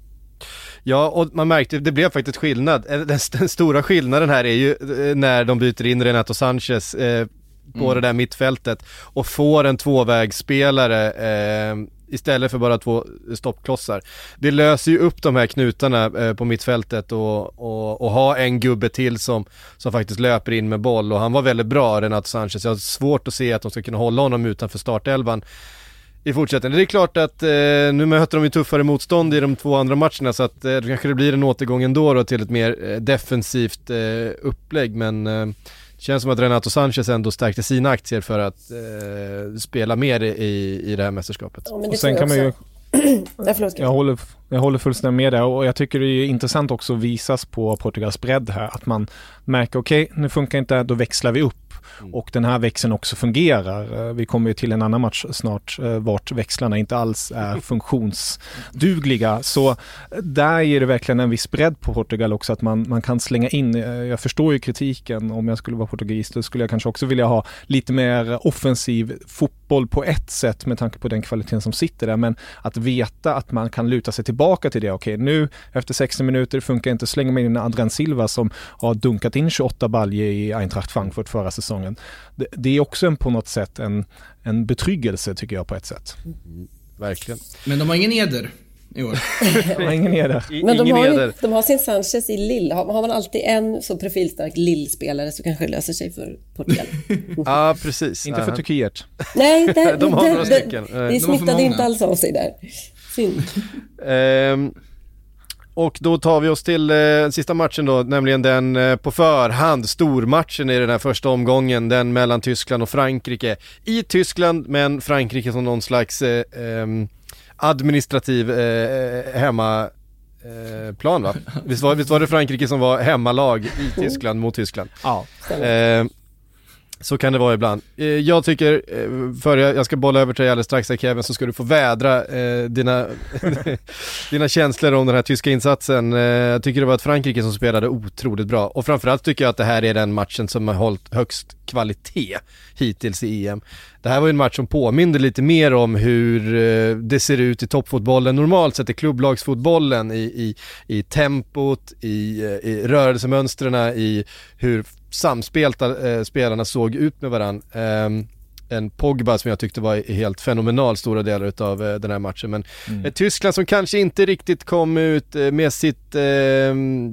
Ja, och man märkte, det blev faktiskt skillnad. Den, den stora skillnaden här är ju när de byter in Renato Sanchez eh, på mm. det där mittfältet och får en tvåvägsspelare eh, istället för bara två stoppklossar. Det löser ju upp de här knutarna eh, på mittfältet och, och, och ha en gubbe till som, som faktiskt löper in med boll, och han var väldigt bra, Renato Sanchez. Jag har svårt att se att de ska kunna hålla honom utanför startelvan i fortsättningen. Det är klart att eh, nu möter de ju tuffare motstånd i de två andra matcherna, så att eh, då kanske det blir en återgång ändå då till ett mer eh, defensivt eh, upplägg, men eh, det känns som att Renato Sanchez ändå stärkte sina aktier för att eh, spela mer i, i det här mästerskapet. Ja, men det och sen kan man ju jag, håller, jag håller fullständigt med där, och jag tycker det är intressant också att visas på Portugals bredd här, att man märker okej, okay, nu funkar inte, då växlar vi upp. Mm. Och den här växeln också fungerar. Vi kommer ju till en annan match snart vart växlarna inte alls är funktionsdugliga. Så där är det verkligen en viss bredd på Portugal också, att man, man kan slänga in. Jag förstår ju kritiken, om jag skulle vara portugis då skulle jag kanske också vilja ha lite mer offensiv fotboll på ett sätt med tanke på den kvaliteten som sitter där, men att veta att man kan luta sig tillbaka till det. Okej, nu efter sextio minuter funkar inte, slänga mig in Adrian Silva som har dunkat in tjugoåtta baljer i Eintracht Frankfurt förra säsongen. Det, det är också en, på något sätt en, en betryggelse tycker jag på ett sätt. Mm, verkligen. Men de har ingen eder i år. De har ingen eder. Men de har, ju, de har sin Sanchez i Lille. Har, har man alltid en så profilstark Lille-spelare så kanske det löser sig för Portugal. Ja, ah, precis. Inte för uh-huh. Turkiet. Nej, det, de har det, några stycken. Det, det smittade inte alls av sig där. Synd. um, och då tar vi oss till eh, sista matchen då, nämligen den eh, på förhand stormatchen i den här första omgången, den mellan Tyskland och Frankrike. I Tyskland, men Frankrike som någon slags eh, eh, administrativ eh, hemma eh, plan, va? Visst var, visst var det Frankrike som var hemmalag i Tyskland mot Tyskland? Ja. Eh, Så kan det vara ibland. Eh, jag tycker, eh, för jag, jag ska bolla över till dig alldeles strax här, Kevin, så ska du få vädra eh, dina, dina känslor om den här tyska insatsen. Eh, jag tycker det var ett Frankrike som spelade otroligt bra. Och framförallt tycker jag att det här är den matchen som har hållit högst kvalitet hittills i E M. Det här var ju en match som påminner lite mer om hur eh, det ser ut i toppfotbollen normalt sett, i klubblagsfotbollen, i, i, i tempot, i, i rörelsemönstren, i hur samspelta eh, spelarna såg ut med varann. Eh, en Pogba som jag tyckte var helt fenomenal stora delar av eh, den här matchen. Men mm. ett Tyskland som kanske inte riktigt kom ut eh, med sitt eh,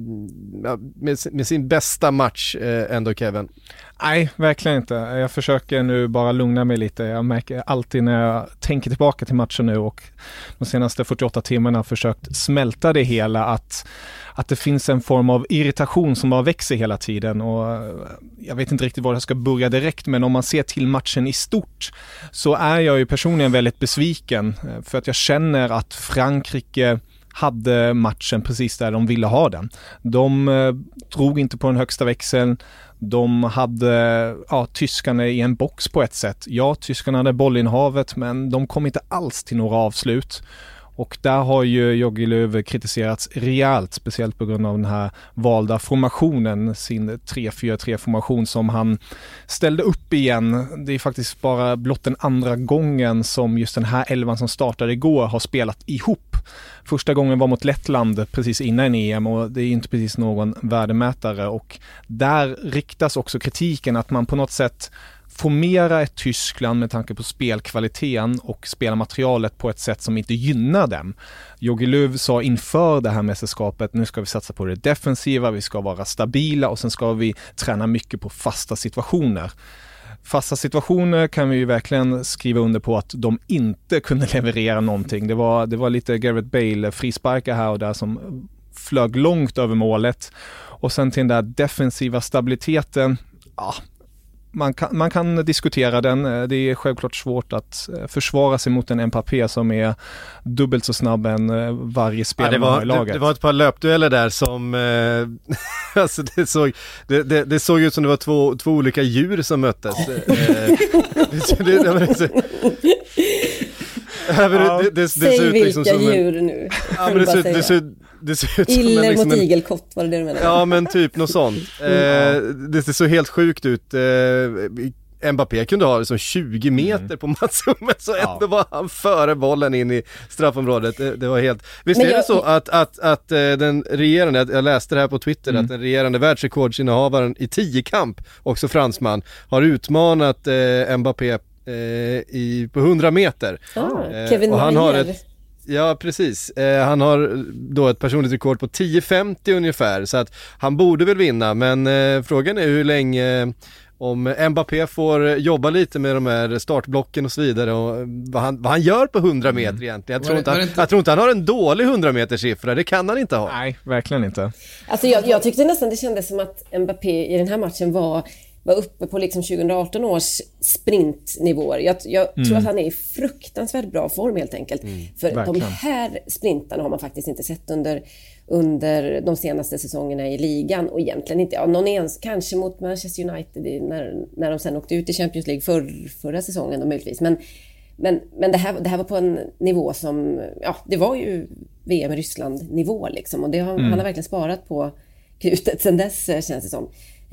med, med sin bästa match eh, ändå, Kevin. Nej, verkligen inte. Jag försöker nu bara lugna mig lite. Jag märker alltid när jag tänker tillbaka till matchen nu och de senaste fyrtioåtta timmarna har försökt smälta det hela, att att det finns en form av irritation som bara växer hela tiden, och jag vet inte riktigt var jag ska börja direkt, men om man ser till matchen i stort så är jag ju personligen väldigt besviken, för att jag känner att Frankrike hade matchen precis där de ville ha den. De eh, drog inte på den högsta växeln. De hade ja, tyskarna i en box på ett sätt. Ja, tyskarna hade bollinnehavet, men de kom inte alls till några avslut. Och där har ju Jogi Löw kritiserats rejält, speciellt på grund av den här valda formationen, sin tre fyra tre-formation som han ställde upp igen. Det är faktiskt bara blott den andra gången som just den här elvan som startade igår har spelat ihop. Första gången var mot Lettland precis innan E M, och det är inte precis någon värdemätare, och där riktas också kritiken att man på något sätt formera ett Tyskland med tanke på spelkvaliteten och spelmaterialet på ett sätt som inte gynnar dem. Jogi Löw sa inför det här mästerskapet, nu ska vi satsa på det defensiva, vi ska vara stabila och sen ska vi träna mycket på fasta situationer. Fasta situationer kan vi ju verkligen skriva under på att de inte kunde leverera någonting. Det var, det var lite Gareth Bale frisparkar här och där som flög långt över målet. Och sen till den där defensiva stabiliteten, ja, Man kan, man kan diskutera den. Det är självklart svårt att försvara sig mot en Mbappé som är dubbelt så snabb än varje spelare ja, det var, i laget. Det, det var ett par löpdueller där som eh, alltså det, såg, det, det, det såg ut som det var två, två olika djur som möttes. eh, det, det, det, det, Ja, det, det, det, Säg det vilka liksom som djur en, nu. Ja, men det, ser, det, ser, det ser ut som Iller en, liksom mot en, igelkott, var det det du menade? Ja, men typ något sånt. eh, Det ser så helt sjukt ut. eh, Mbappé kunde ha det som tjugo meter mm. på Mats Hummels, så ja. ändå var han före bollen in i straffområdet. Det, det var helt... Visst men är jag... det så att, att, att den regerande, jag läste det här på Twitter, mm. att den regerande världsrekordsinnehavaren i tiokamp, också fransman, har utmanat eh, Mbappé I, på hundra meter. Ah, Kevin och han Mayer. har ett, ja, precis. Eh, han har då ett personligt rekord på tio femtio ungefär, så att han borde väl vinna, men eh, frågan är hur länge, om Mbappé får jobba lite med de här startblocken och så vidare, och vad han, vad han gör på hundra meter mm. egentligen. Jag tror, inte han, inte... jag tror inte han har en dålig hundra meters siffra, det kan han inte ha. Nej, verkligen inte. Alltså jag, jag tyckte nästan det kändes som att Mbappé i den här matchen var var uppe på liksom tjugo arton års sprintnivåer. Jag, jag mm. tror att han är i fruktansvärt bra form helt enkelt. Mm, för verkligen. De här sprintarna har man faktiskt inte sett under, under de senaste säsongerna i ligan. Och egentligen inte, ja, någon ens, kanske mot Manchester United när, när de sen åkte ut i Champions League för, förra säsongen då, möjligtvis. Men, men, men det, här, det här var på en nivå som, ja, det var ju V M i Ryssland nivå liksom. Och det har, mm. han har verkligen sparat på krutet sen dess, känns det som.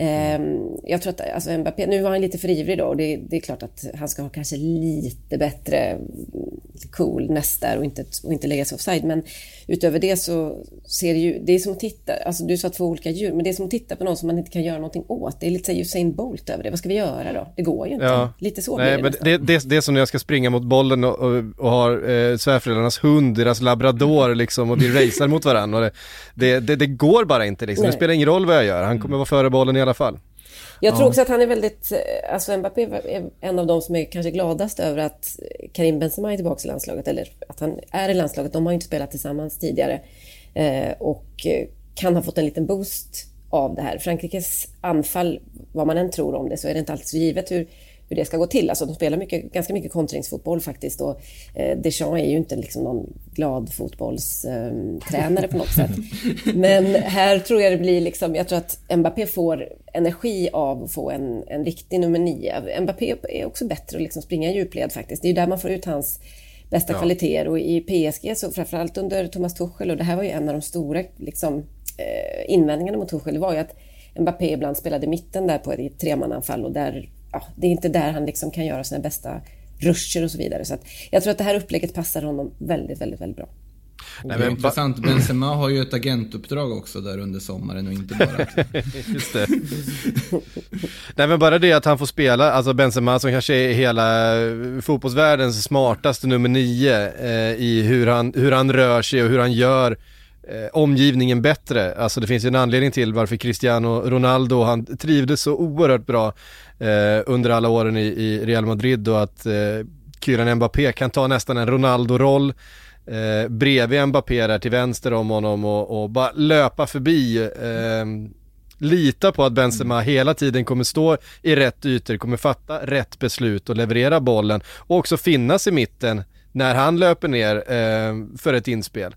Jag tror att alltså Mbappé, nu var han lite för ivrig då, och det, det är klart att han ska ha kanske lite bättre coolness där och inte, och inte lägga sig offside, men utöver det så ser det ju, det är som att titta, alltså du sa två olika djur, men det är som att titta på någon som man inte kan göra någonting åt. Det är lite så Usain Bolt över det, vad ska vi göra då? Det går ju inte, ja. Lite så Nej, blir det, men det, det, det är som när jag ska springa mot bollen och, och, och har eh, svärföräldrarnas hund, deras labrador liksom, och vi racear mot varandra, och det, det, det, det går bara inte liksom. Det spelar ingen roll vad jag gör, han kommer vara före bollen i alla fall. Jag tror också att han är väldigt, alltså Mbappé är en av de som är kanske gladast över att Karim Benzema är tillbaka i landslaget, eller att han är i landslaget. De har ju inte spelat tillsammans tidigare. eh, och kan ha fått en liten boost av det här. Frankrikes anfall, vad man än tror om det, så är det inte alltid så givet hur, hur det ska gå till. Alltså de spelar mycket, ganska mycket kontringsfotboll faktiskt, och eh, Deschamps är ju inte liksom någon glad fotbollstränare eh, på något sätt. Men här tror jag det blir liksom, jag tror att Mbappé får energi av att få en, en riktig nummer nio. Mbappé är också bättre att liksom springa i djupled faktiskt. Det är ju där man får ut hans bästa ja. kvaliteter, och i P S G så framförallt under Thomas Tuchel, och det här var ju en av de stora liksom, eh, invändningarna mot Tuchel, det var ju att Mbappé ibland spelade i mitten där på ett tremananfall, och där, ja, det är inte där han liksom kan göra sina bästa ruscher och så vidare. Så att jag tror att det här upplägget passar honom väldigt, väldigt, väldigt bra. Nej, men intressant, Benzema har ju ett agentuppdrag också där under sommaren och inte bara just det. Nej, men bara det att han får spela, alltså Benzema som kanske är hela fotbollsvärldens smartaste nummer nio eh, i hur han, hur han rör sig och hur han gör eh, omgivningen bättre. Alltså det finns ju en anledning till varför Cristiano Ronaldo, han trivdes så oerhört bra eh, under alla åren i, i Real Madrid, och att eh, Kylian Mbappé kan ta nästan en Ronaldo-roll Eh, bredvid Mbappé där till vänster om honom och, och bara löpa förbi, eh, lita på att Benzema hela tiden kommer stå i rätt ytor, kommer fatta rätt beslut och leverera bollen, och också finnas i mitten när han löper ner eh, för ett inspel.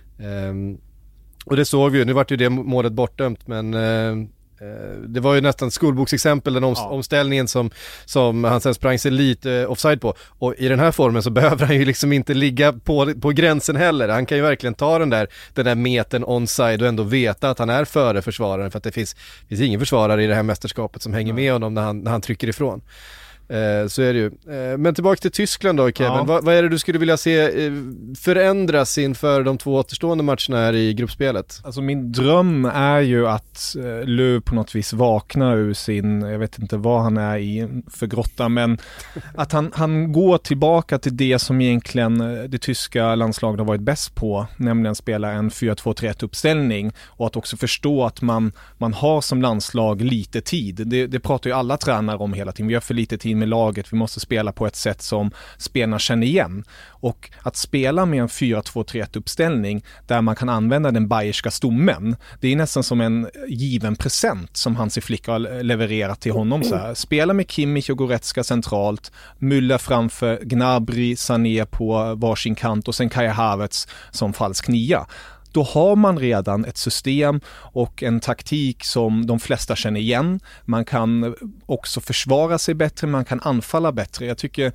Mm. Eh, och det såg vi ju, nu vart ju det målet bortdömt, men eh, det var ju nästan skolboksexempel, den oms- ja. omställningen som, som han sen sprang sig lite offside på, och i den här formen så behöver han ju liksom inte ligga på, på gränsen heller. Han kan ju verkligen ta den där, den där metern onside och ändå veta att han är före försvararen, för att det finns, finns ingen försvarare i det här mästerskapet som hänger med honom när han, när han trycker ifrån. Eh, så är det ju. Eh, men tillbaka till Tyskland då, Kevin. Ja. Va, vad är det du skulle vilja se eh, förändras inför de två återstående matcherna här i gruppspelet? Alltså min dröm är ju att eh, Löw på något vis vaknar ur sin, jag vet inte vad han är i för grotta, men att han, han går tillbaka till det som egentligen det tyska landslaget har varit bäst på, nämligen spela en fyra två tre ett uppställning, och att också förstå att man, man har som landslag lite tid. Det, det pratar ju alla tränare om hela tiden. Vi har för lite tid med laget, vi måste spela på ett sätt som spelarna känner igen, och att spela med en fyra två tre ett uppställning där man kan använda den bayerska stommen, det är nästan som en given present som Hansi Flick har levererat till honom. Så här. Spela med Kimmich och Goretzka centralt, Müller framför, Gnabry, Sané på varsin kant och sen Kai Havertz som falsk nia. Då har man redan ett system och en taktik som de flesta känner igen. Man kan också försvara sig bättre, man kan anfalla bättre. Jag tycker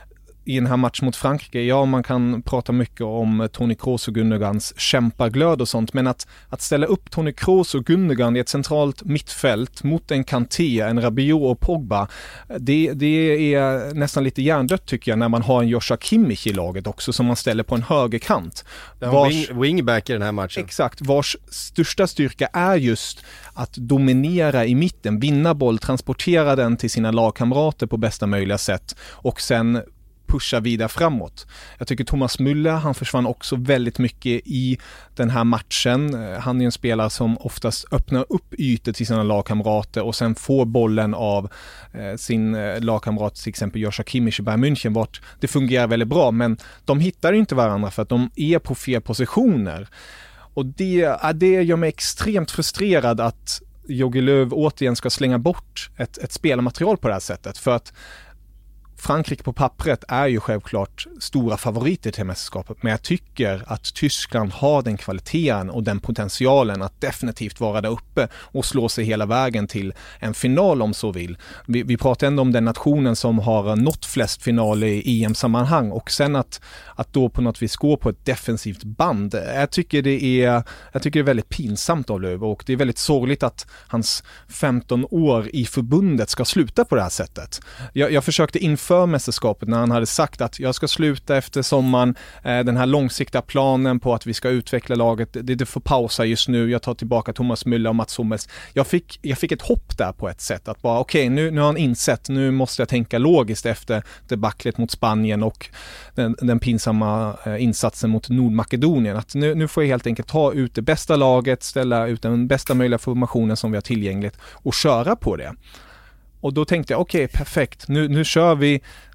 i den här matchen mot Frankrike, ja, man kan prata mycket om Toni Kroos och Gunnogans kämpaglöd och sånt, men att, att ställa upp Toni Kroos och Gundogan i ett centralt mittfält mot en Kanté, en Rabiot och Pogba, det, det är nästan lite hjärndött tycker jag, när man har en Joshua Kimmich i laget också som man ställer på en högerkant. Vars, wing, wingback i den här matchen. Exakt, vars största styrka är just att dominera i mitten, vinna boll, transportera den till sina lagkamrater på bästa möjliga sätt och sen pusha vidare framåt. Jag tycker Thomas Müller, han försvann också väldigt mycket i den här matchen. Han är en spelare som oftast öppnar upp ytor till sina lagkamrater och sen får bollen av eh, sin eh, lagkamrat, till exempel Joshua Kimmich i Bayern München, vart det fungerar väldigt bra, men de hittar inte varandra för att de är på fel positioner. Och det, det gör mig extremt frustrerad att Jogi Löw återigen ska slänga bort ett, ett spelarmaterial på det här sättet, för att Frankrike på pappret är ju självklart stora favoriter till mästerskapet, men jag tycker att Tyskland har den kvaliteten och den potentialen att definitivt vara där uppe och slå sig hela vägen till en final om så vill. Vi, vi pratar ändå om den nationen som har nått flest finaler i E M-sammanhang, och sen att, att då på något vis gå på ett defensivt band. Jag tycker det är, jag tycker det är väldigt pinsamt av Löw, och det är väldigt sorgligt att hans femton år i förbundet ska sluta på det här sättet. Jag, jag försökte inför för mästerskapet när han hade sagt att jag ska sluta efter sommaren, eh, den här långsiktiga planen på att vi ska utveckla laget, det, det får pausa just nu, jag tar tillbaka Thomas Müller och Mats Hummels. Jag fick, jag fick ett hopp där på ett sätt, att bara okej, okay, nu, nu har han insett, nu måste jag tänka logiskt efter debaclet mot Spanien och den, den pinsamma eh, insatsen mot Nordmakedonien, att nu, nu får jag helt enkelt ta ut det bästa laget, ställa ut den bästa möjliga formationen som vi har tillgängligt och köra på det. Och då tänkte jag, okej, okay, perfekt. Nu, nu kör vi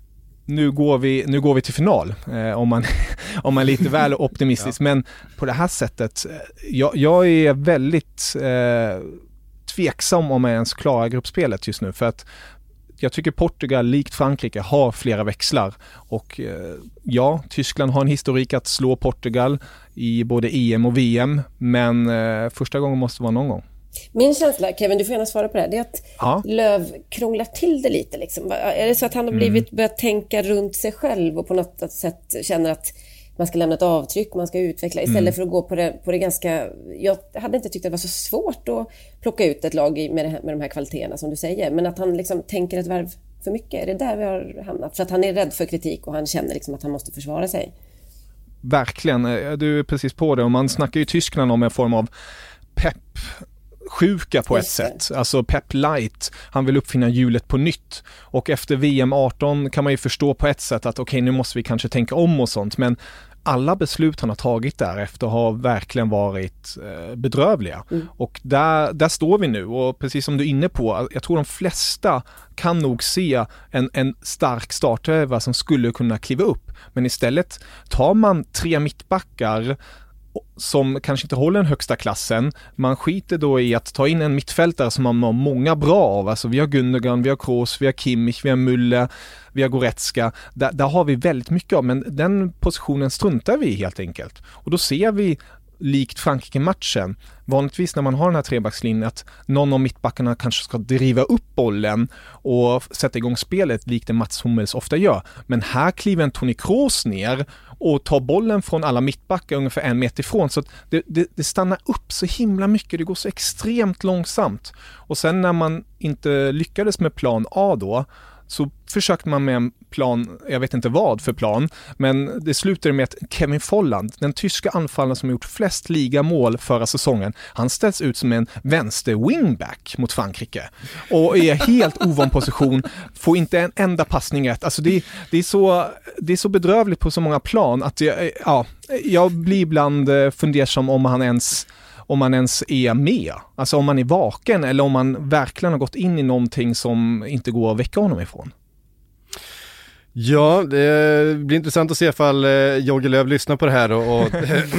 nu går vi, nu går vi till final eh, om, man, om man är lite väl optimistisk. Ja. Men på det här sättet, jag, jag är väldigt eh, tveksam om man ens klarar gruppspelet just nu. För att jag tycker Portugal, likt Frankrike, har flera växlar. Och eh, ja, Tyskland har en historik att slå Portugal i både E M och V M. Men eh, första gången måste vara någon gång. Min känsla, Kevin, du får gärna svara på det här, det är att ja. Löv krånglar till det lite. Liksom. Är det så att han har blivit, mm. börjat tänka runt sig själv och på något sätt känner att man ska lämna ett avtryck, man ska utveckla istället mm. för att gå på det, på det ganska... Jag hade inte tyckt att det var så svårt att plocka ut ett lag med, det här, med de här kvaliteterna som du säger, men att han liksom tänker ett varv för mycket. Är det där vi har hamnat? För att han är rädd för kritik och han känner liksom att han måste försvara sig. Verkligen, du är precis på det. Och man snackar ju i Tyskland om en form av pepp sjuka på ett sätt. Alltså Pep Light, han vill uppfinna hjulet på nytt. Och efter V M arton kan man ju förstå på ett sätt att okej, okay, nu måste vi kanske tänka om och sånt. Men alla beslut han har tagit därefter har verkligen varit eh, bedrövliga. Mm. Och där, där står vi nu. Och precis som du är inne på, jag tror de flesta kan nog se en, en stark startelva som skulle kunna kliva upp. Men istället tar man tre mittbackar som kanske inte håller den högsta klassen. Man skiter då i att ta in en mittfältare som man har många bra av. Alltså vi har Gundogan, vi har Kroos, vi har Kimmich, vi har Müller, vi har Goretzka. Där, där har vi väldigt mycket av, men den positionen struntar vi helt enkelt. Och då ser vi likt Frankrike-matchen, vanligtvis när man har den här trebackslinjen, att någon av mittbackarna kanske ska driva upp bollen och sätta igång spelet likt en Mats Hummels ofta gör. Men här kliver en Toni Kroos ner och tar bollen från alla mittbackar ungefär en meter ifrån. Så att det, det, det stannar upp så himla mycket, det går så extremt långsamt. Och sen när man inte lyckades med plan A då, så försökte man med en plan, jag vet inte vad för plan, men det slutade med att Kevin Volland, den tyska anfallaren som har gjort flest ligamål förra säsongen, han ställs ut som en vänster wingback mot Frankrike och är helt ovan position, får inte en enda passning rätt. Alltså det, det, är så, det är så bedrövligt på så många plan att jag, ja, jag blir ibland fundersam om han ens om man ens är med. Alltså om man är vaken eller om man verkligen har gått in i någonting som inte går att väcka honom ifrån. Ja, det blir intressant att se ifall eh, Jogi Löw lyssnar på det här och, och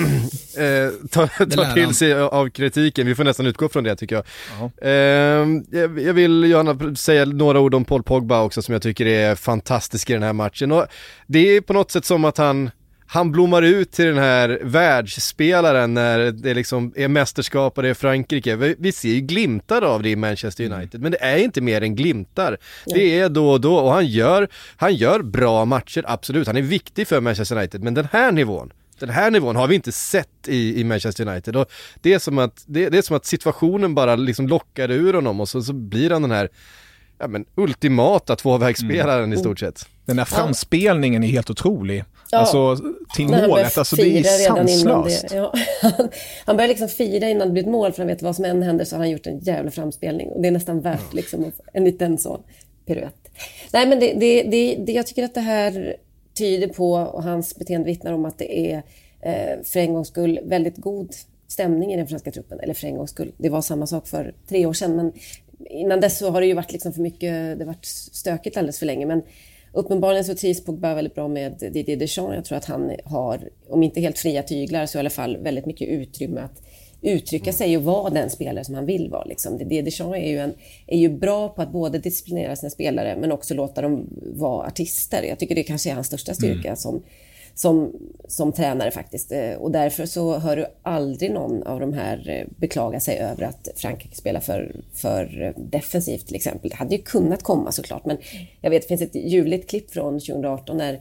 eh, tar ta till sig av kritiken. Vi får nästan utgå från det, tycker jag. Eh, jag, jag vill gärna säga några ord om Paul Pogba också, som jag tycker är fantastisk i den här matchen. Och det är på något sätt som att han Han blommar ut till den här världsspelaren när det liksom är mästerskap och det är Frankrike. Vi, vi ser ju glimtar av det i Manchester United, mm. men det är inte mer än glimtar. Ja. Det är då och då, och han gör, han gör bra matcher, absolut. Han är viktig för Manchester United, men den här nivån, den här nivån har vi inte sett i, i Manchester United. Och det, är som att, det, det är som att situationen bara liksom lockar ur honom, och så, så blir han den här ja, men ultimata tvåvägsspelaren mm. i stort sett. Den här framspelningen är helt otrolig. Ja. Alltså till målet, alltså det är sanslöst. Ja. Han börjar liksom fira innan det blir ett mål, för han vet vad som än händer så har han gjort en jävla framspelning. Och det är nästan värt liksom en liten så piruett. Nej, men det, det, det, det, jag tycker att det här tyder på, och hans beteende vittnar om, att det är eh, för en gångs skull väldigt god stämning i den franska truppen. Eller för en gångs skull, det var samma sak för tre år sedan, men innan dess så har det ju varit liksom för mycket, det har varit stökigt alldeles för länge. Men uppenbarligen så trivs Pogba väldigt bra med Didier Deschamps. Jag tror att han har, om inte helt fria tyglar, så i alla fall väldigt mycket utrymme att uttrycka sig och vara den spelare som han vill vara. Liksom. Didier Deschamps är ju, en, är ju bra på att både disciplinera sina spelare men också låta dem vara artister. Jag tycker det kanske är hans största styrka mm. som, som, som tränare faktiskt. Och därför så hör du aldrig någon av de här beklaga sig över att Frankrike spelar för, för defensivt till exempel. Det hade ju kunnat komma såklart, men jag vet det finns ett ljuvligt klipp från tjugo arton när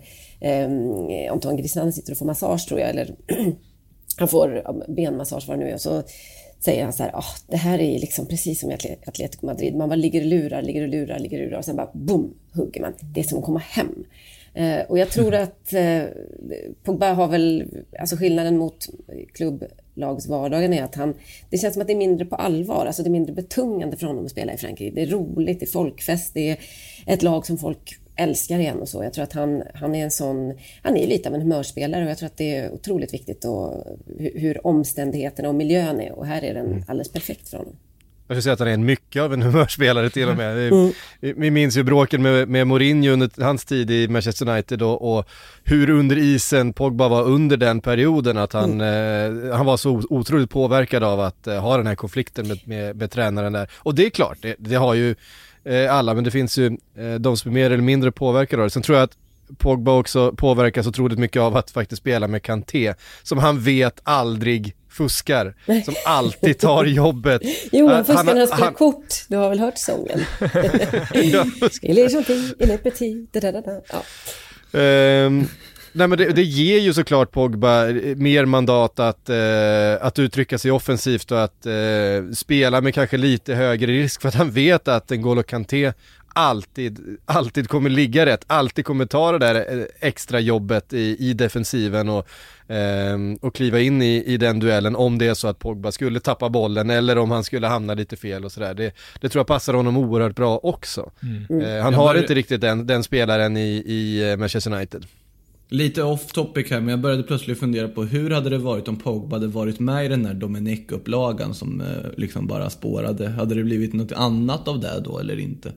eh, Antoine Griezmann sitter och får massage, tror jag, eller han får benmassage, vad det nu är, och så säger han så här, oh, det här är liksom precis som i Atletico Madrid. Man bara ligger och lurar, ligger och lurar, ligger och lurar och sen bara boom, hugger man. Det är som att komma hem. Uh, och jag tror att uh, Pogba har väl, alltså skillnaden mot klubblagsvardagen är att han, det känns som att det är mindre på allvar, alltså det är mindre betungande för honom att spela i Frankrike. Det är roligt, det är folkfest, det är ett lag som folk älskar igen och så. Jag tror att han, han är en sån, han är lite av en humörspelare, och jag tror att det är otroligt viktigt och hur, hur omständigheterna och miljön är, och här är den alldeles perfekt för honom. Jag skulle säga att han är en mycket av en humörspelare till och med. Mm. Vi minns ju bråken med, med Mourinho under hans tid i Manchester United och, och hur under isen Pogba var under den perioden, att han, mm. eh, han var så otroligt påverkad av att eh, ha den här konflikten med, med, med tränaren där. Och det är klart, det, det har ju eh, alla, men det finns ju eh, de som är mer eller mindre påverkade av det. Sen tror jag att Pogba också påverkas otroligt mycket av att faktiskt spela med Kanté, som han vet aldrig fuskar, som alltid tar jobbet. Jo, han fuskar när han spelar han... kort. Du har väl hört sången? Il est gentil, il est petit. Da, da, da. Ja. Um, nej, men det, det ger ju såklart Pogba mer mandat att, uh, att uttrycka sig offensivt och att uh, spela med kanske lite högre risk, för att han vet att N'Golo Kanté alltid, alltid kommer ligga rätt, alltid kommer ta det där extra jobbet i, i defensiven och, eh, och kliva in i, i den duellen om det är så att Pogba skulle tappa bollen eller om han skulle hamna lite fel och sådär. Det, det tror jag passar honom oerhört bra också. Mm. Eh, han jag har bör... inte riktigt den, den spelaren i, i Manchester United. Lite off topic här, men jag började plötsligt fundera på hur hade det varit om Pogba hade varit med i den här Dominic-upplagan som eh, liksom bara spårade. Hade det blivit något annat av det då eller inte?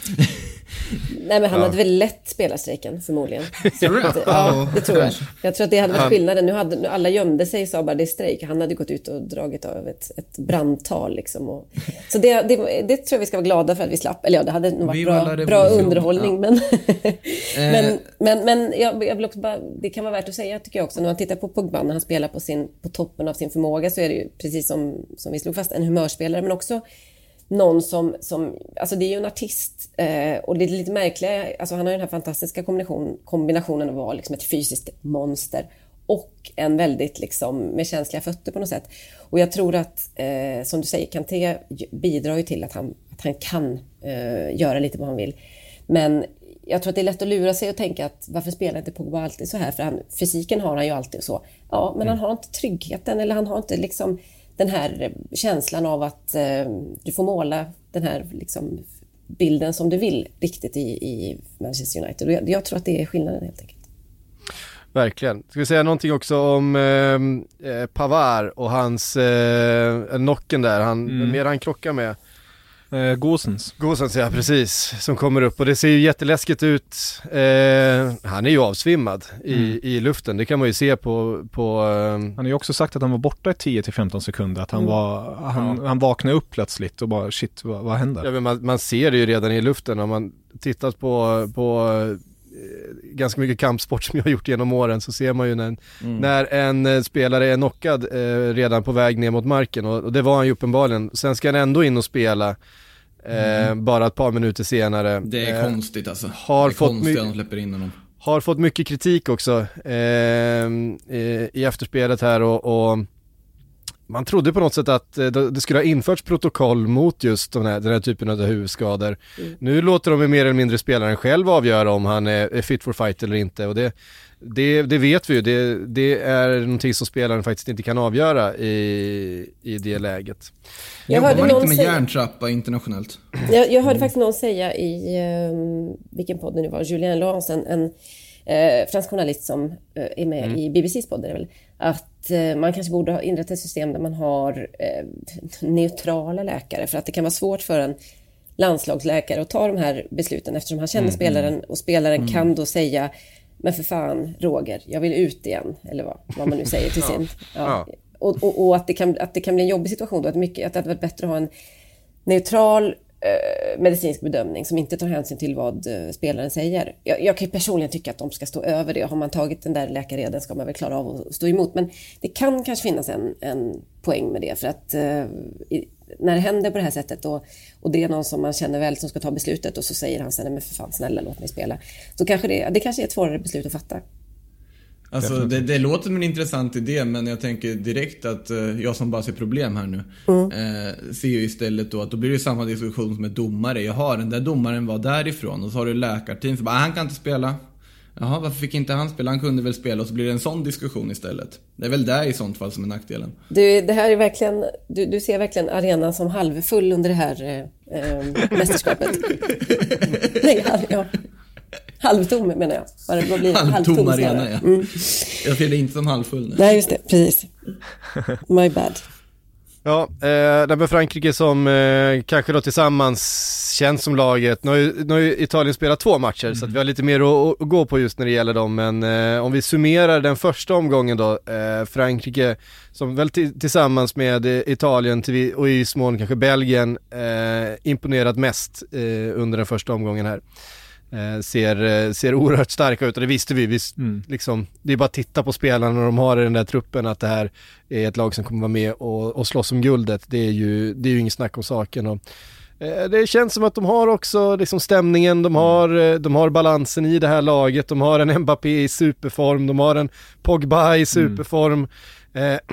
Nej, men han ja. hade väl lätt spelarstrejken förmodligen. Att, ja, det tror jag. Jag tror att det hade varit skillnaden. Nu hade nu alla gömde sig och sa bara det är strejk. Han hade gått ut och dragit av ett, ett brandtal liksom. Och, så det, det, det tror jag vi ska vara glada för att vi slapp. Eller ja, det hade nog varit bra, bra underhållning. Ja. Men, men, men, men jag, jag vill också bara, det kan vara värt att säga tycker jag också. När man tittar på Pogba när han spelar på, sin, på toppen av sin förmåga, så är det ju precis som, som vi slog fast en humörspelare, men också någon som, som, alltså det är ju en artist eh, och det är lite märkliga, alltså han har ju den här fantastiska kombination, kombinationen av att vara liksom ett fysiskt monster och en väldigt liksom med känsliga fötter på något sätt. Och jag tror att, eh, som du säger, Kanté bidrar ju till att han, att han kan eh, göra lite vad han vill. Men jag tror att det är lätt att lura sig och tänka att varför spelar inte Pogba alltid så här? För han, fysiken har han ju alltid så. Ja, men mm. han har inte tryggheten, eller han har inte liksom den här känslan av att eh, du får måla den här liksom, bilden som du vill riktigt i, i Manchester United. Och jag, jag tror att det är skillnaden helt enkelt. Verkligen. Ska vi säga någonting också om eh, Pavard och hans eh, nocken där. Han, mm. mer han krockar med. Eh, Gosens. Gosens, ja precis. Som kommer upp och det ser ju jätteläskigt ut. Eh, han är ju avsvimmad i, mm. i luften. Det kan man ju se på... på eh... Han har ju också sagt att han var borta i tio till femton sekunder. Att han, mm. var, han, ja. han vaknade upp plötsligt och bara shit, vad, vad händer? Ja, men man, man ser det ju redan i luften. Om man tittat på... på ganska mycket kampsport som jag har gjort genom åren, så ser man ju när, mm. när en spelare är knockad eh, redan på väg ner mot marken, och, och det var han ju uppenbarligen. Sen ska han ändå in och spela eh, mm. bara ett par minuter senare. Det är eh, konstigt alltså. Har det är fått konstigt my- att de släpper in honom. Har fått mycket kritik också eh, i, i efterspelet här, och, och man trodde på något sätt att det skulle ha införts protokoll mot just den här, den här typen av huvudskador. Mm. Nu låter de mer eller mindre spelaren själv avgöra om han är fit for fight eller inte. Och det, det, det vet vi ju. Det, det är någonting som spelaren faktiskt inte kan avgöra i, i det läget. Jag hörde man inte med säga... hjärntrappa internationellt? Jag, jag hörde mm. faktiskt någon säga i, um, vilken podd det nu var, Julien Lance, en, en uh, fransk journalist som uh, är med mm. i B B C:s podd, är det väl, att uh, man kanske borde ha inrättat ett system där man har uh, neutrala läkare, för att det kan vara svårt för en landslagsläkare att ta de här besluten, eftersom han känner mm. spelaren, och spelaren mm. kan då säga, men för fan Roger, jag vill ut igen, eller vad, vad man nu säger till sin... Ja. Ja. Och, och, och att, det kan, att det kan bli en jobbig situation då, att, mycket, att det hade varit bättre att ha en neutral eh, medicinsk bedömning som inte tar hänsyn till vad eh, spelaren säger. Jag, jag kan personligen tycka att de ska stå över det. Har man tagit den där läkarreden ska man väl klara av att stå emot. Men det kan kanske finnas en, en poäng med det, för att eh, i, när det händer på det här sättet och, och det är någon som man känner väl som ska ta beslutet, och så säger han sen, men för fan snälla låt mig spela. Så kanske det, det kanske är ett svårare beslut att fatta. Alltså det, det låter som en intressant idé, men jag tänker direkt att uh, jag som bara ser problem här nu mm. uh, ser ju istället då att då blir det samma diskussion som med domare. Jag har den där domaren var därifrån, och så har du läkarteam för bara, han kan inte spela. Jaha, varför fick inte han spela? Han kunde väl spela, och så blir det en sån diskussion istället. Det är väl där i sånt fall som är nackdelen. Du, det här är verkligen, du, du ser verkligen arenan som halvfull under det här eh, mästerskapet. Nej, halv, ja. Halvtom menar jag. Vad blir halvtom, halvtom arena, ja. Mm. Jag ser det inte som halvfull nu. Nej, just det. Precis. My bad. Ja, eh, det med Frankrike som eh, kanske då tillsammans känns som laget. Nu har ju, nu har ju Italien spelat två matcher mm. så att vi har lite mer att, att gå på just när det gäller dem. Men eh, om vi summerar den första omgången då, eh, Frankrike som väl t- tillsammans med eh, Italien till, och i smån kanske Belgien eh, imponerat mest eh, under den första omgången här. Eh, ser, ser oerhört starka ut och det visste vi, vi mm. liksom, det är bara att titta på spelarna när de har i den där truppen att det här är ett lag som kommer vara med och, och slåss om guldet, det är ju, det är ju ingen snack om saken och, eh, det känns som att de har också liksom stämningen, de har, de har balansen i det här laget, de har en Mbappé i superform, de har en Pogba i superform mm. eh,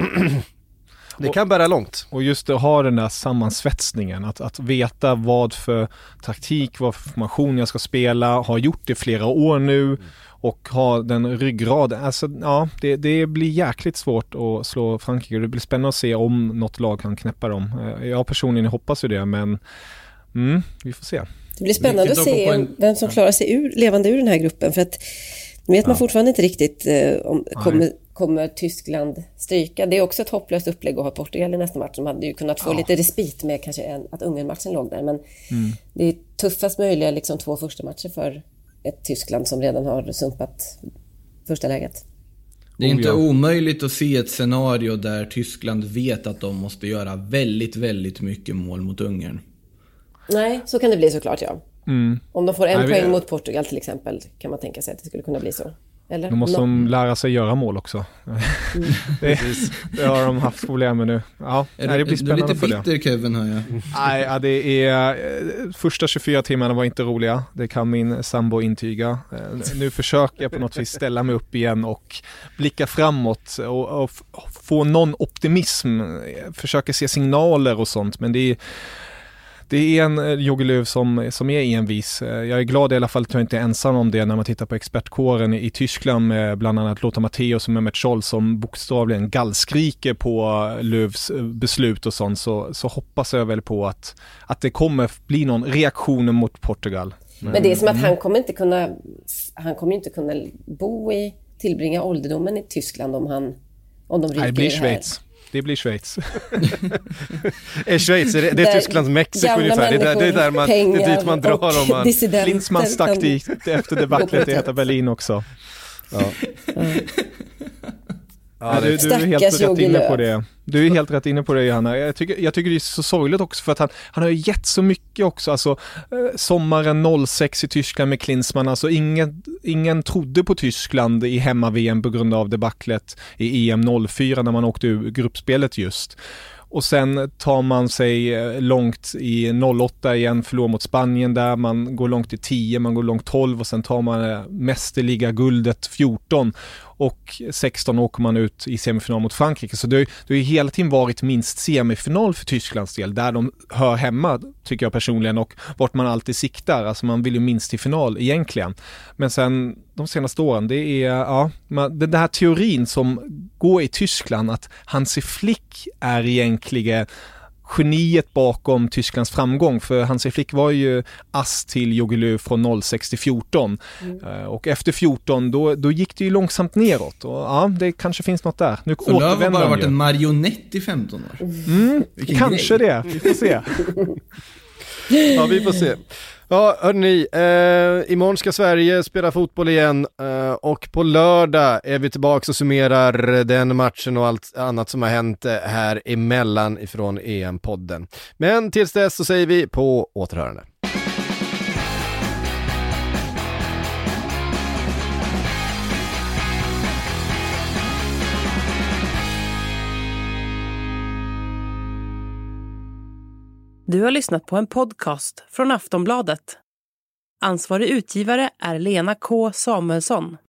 det kan bära långt. Och just att ha den där sammansvetsningen, att, att veta vad för taktik, vad för formation jag ska spela, har gjort det flera år nu mm. och ha den ryggraden. Alltså, ja, det, det blir jäkligt svårt att slå Frankrike. Det blir spännande att se om något lag kan knäppa dem. Jag personligen hoppas ju det, men mm, vi får se. Det blir spännande att se en... vem som klarar sig ur, levande ur den här gruppen, för att nu vet man ja. fortfarande inte riktigt eh, om kommer, kommer Tyskland stryka. Det är också ett hopplöst upplägg att ha Portugal i nästa match. De hade ju kunnat få ja. lite respit med kanske en, att Ungern-matchen låg där. Men mm. det är tuffast möjliga liksom, två första matcher för ett Tyskland som redan har sumpat första läget. Det är inte omöjligt att se ett scenario där Tyskland vet att de måste göra väldigt, väldigt mycket mål mot Ungern. Nej, så kan det bli såklart, ja. Mm. Om de får en Nej, poäng vi... mot Portugal till exempel kan man tänka sig att det skulle kunna bli så. Eller? Då måste no. de lära sig göra mål också. Mm. det, det har de haft problem med nu. Ja, är Nej, det blir spännande för det. Du är lite bitter, Kevin, hör jag. Nej, ja, det är... Första tjugofyra timmarna var inte roliga. Det kan min sambo intyga. Nu försöker jag på något vis ställa mig upp igen och blicka framåt och, och, och få någon optimism. Försöka se signaler och sånt, men det är... Det är en Jogi Löw som, som är envis. Jag är glad i alla fall att jag inte är ensam om det när man tittar på expertkåren i, i Tyskland med bland annat Lothar Matthäus och Mehmet Scholl som bokstavligen gallskriker på Löws beslut och sånt. Så, så hoppas jag väl på att, att det kommer bli någon reaktion mot Portugal. Men, Men det är som att han kommer inte kunna han kommer inte kunna bo i, tillbringa ålderdomen i Tyskland om han om de ryker. Nej, det blir Schweiz. Det blir Schweiz. är Schweiz, är det, det är Tysklands Mexiko ungefär. Det är, där, det är där man, det är dit man drar om man... Klinsmann stack dit efter debaclet i Heta Berlin också. Ja. Mm. Ja, du, du är helt rätt inne på det. Du är helt rätt inne på det, Johanna. Jag tycker, jag tycker det är så sorgligt också för att han, han har ju gett så mycket också. Alltså, eh, sommaren noll sex i Tyskland med Klinsmann. Alltså, ingen, ingen trodde på Tyskland i hemma-V M på grund av debaclet i E M noll fyra när man åkte ur gruppspelet just. Och sen tar man sig långt i noll åtta igen, förlor mot Spanien där. Man går långt i tio, man går långt tolv och sen tar man mästerliga guldet fjorton. Och sexton åker man ut i semifinal mot Frankrike. Så det har, det har ju hela tiden varit minst semifinal för Tysklands del. Där de hör hemma, tycker jag personligen. Och vart man alltid siktar. Alltså man vill ju minst till final egentligen. Men sen de senaste åren, det är ja, man, den här teorin som går i Tyskland. Att Hansi Flick är egentligen geniet bakom Tysklands framgång, för Hansi Flick var ju ass till Jogi Löw från noll sex till fjorton mm. och efter fjorton då, då gick det ju långsamt neråt och ja, det kanske finns något där. Nu så Löw har bara varit ju en marionett i femton år. Mm, kanske grej. Det, vi får se. Ja, vi får se. Ja, hörni, eh, imorgon ska Sverige spela fotboll igen eh, och på lördag är vi tillbaka och summerar den matchen och allt annat som har hänt här emellan ifrån E M-podden. Men tills dess så säger vi på återhörande. Du har lyssnat på en podcast från Aftonbladet. Ansvarig utgivare är Lena K. Samuelsson.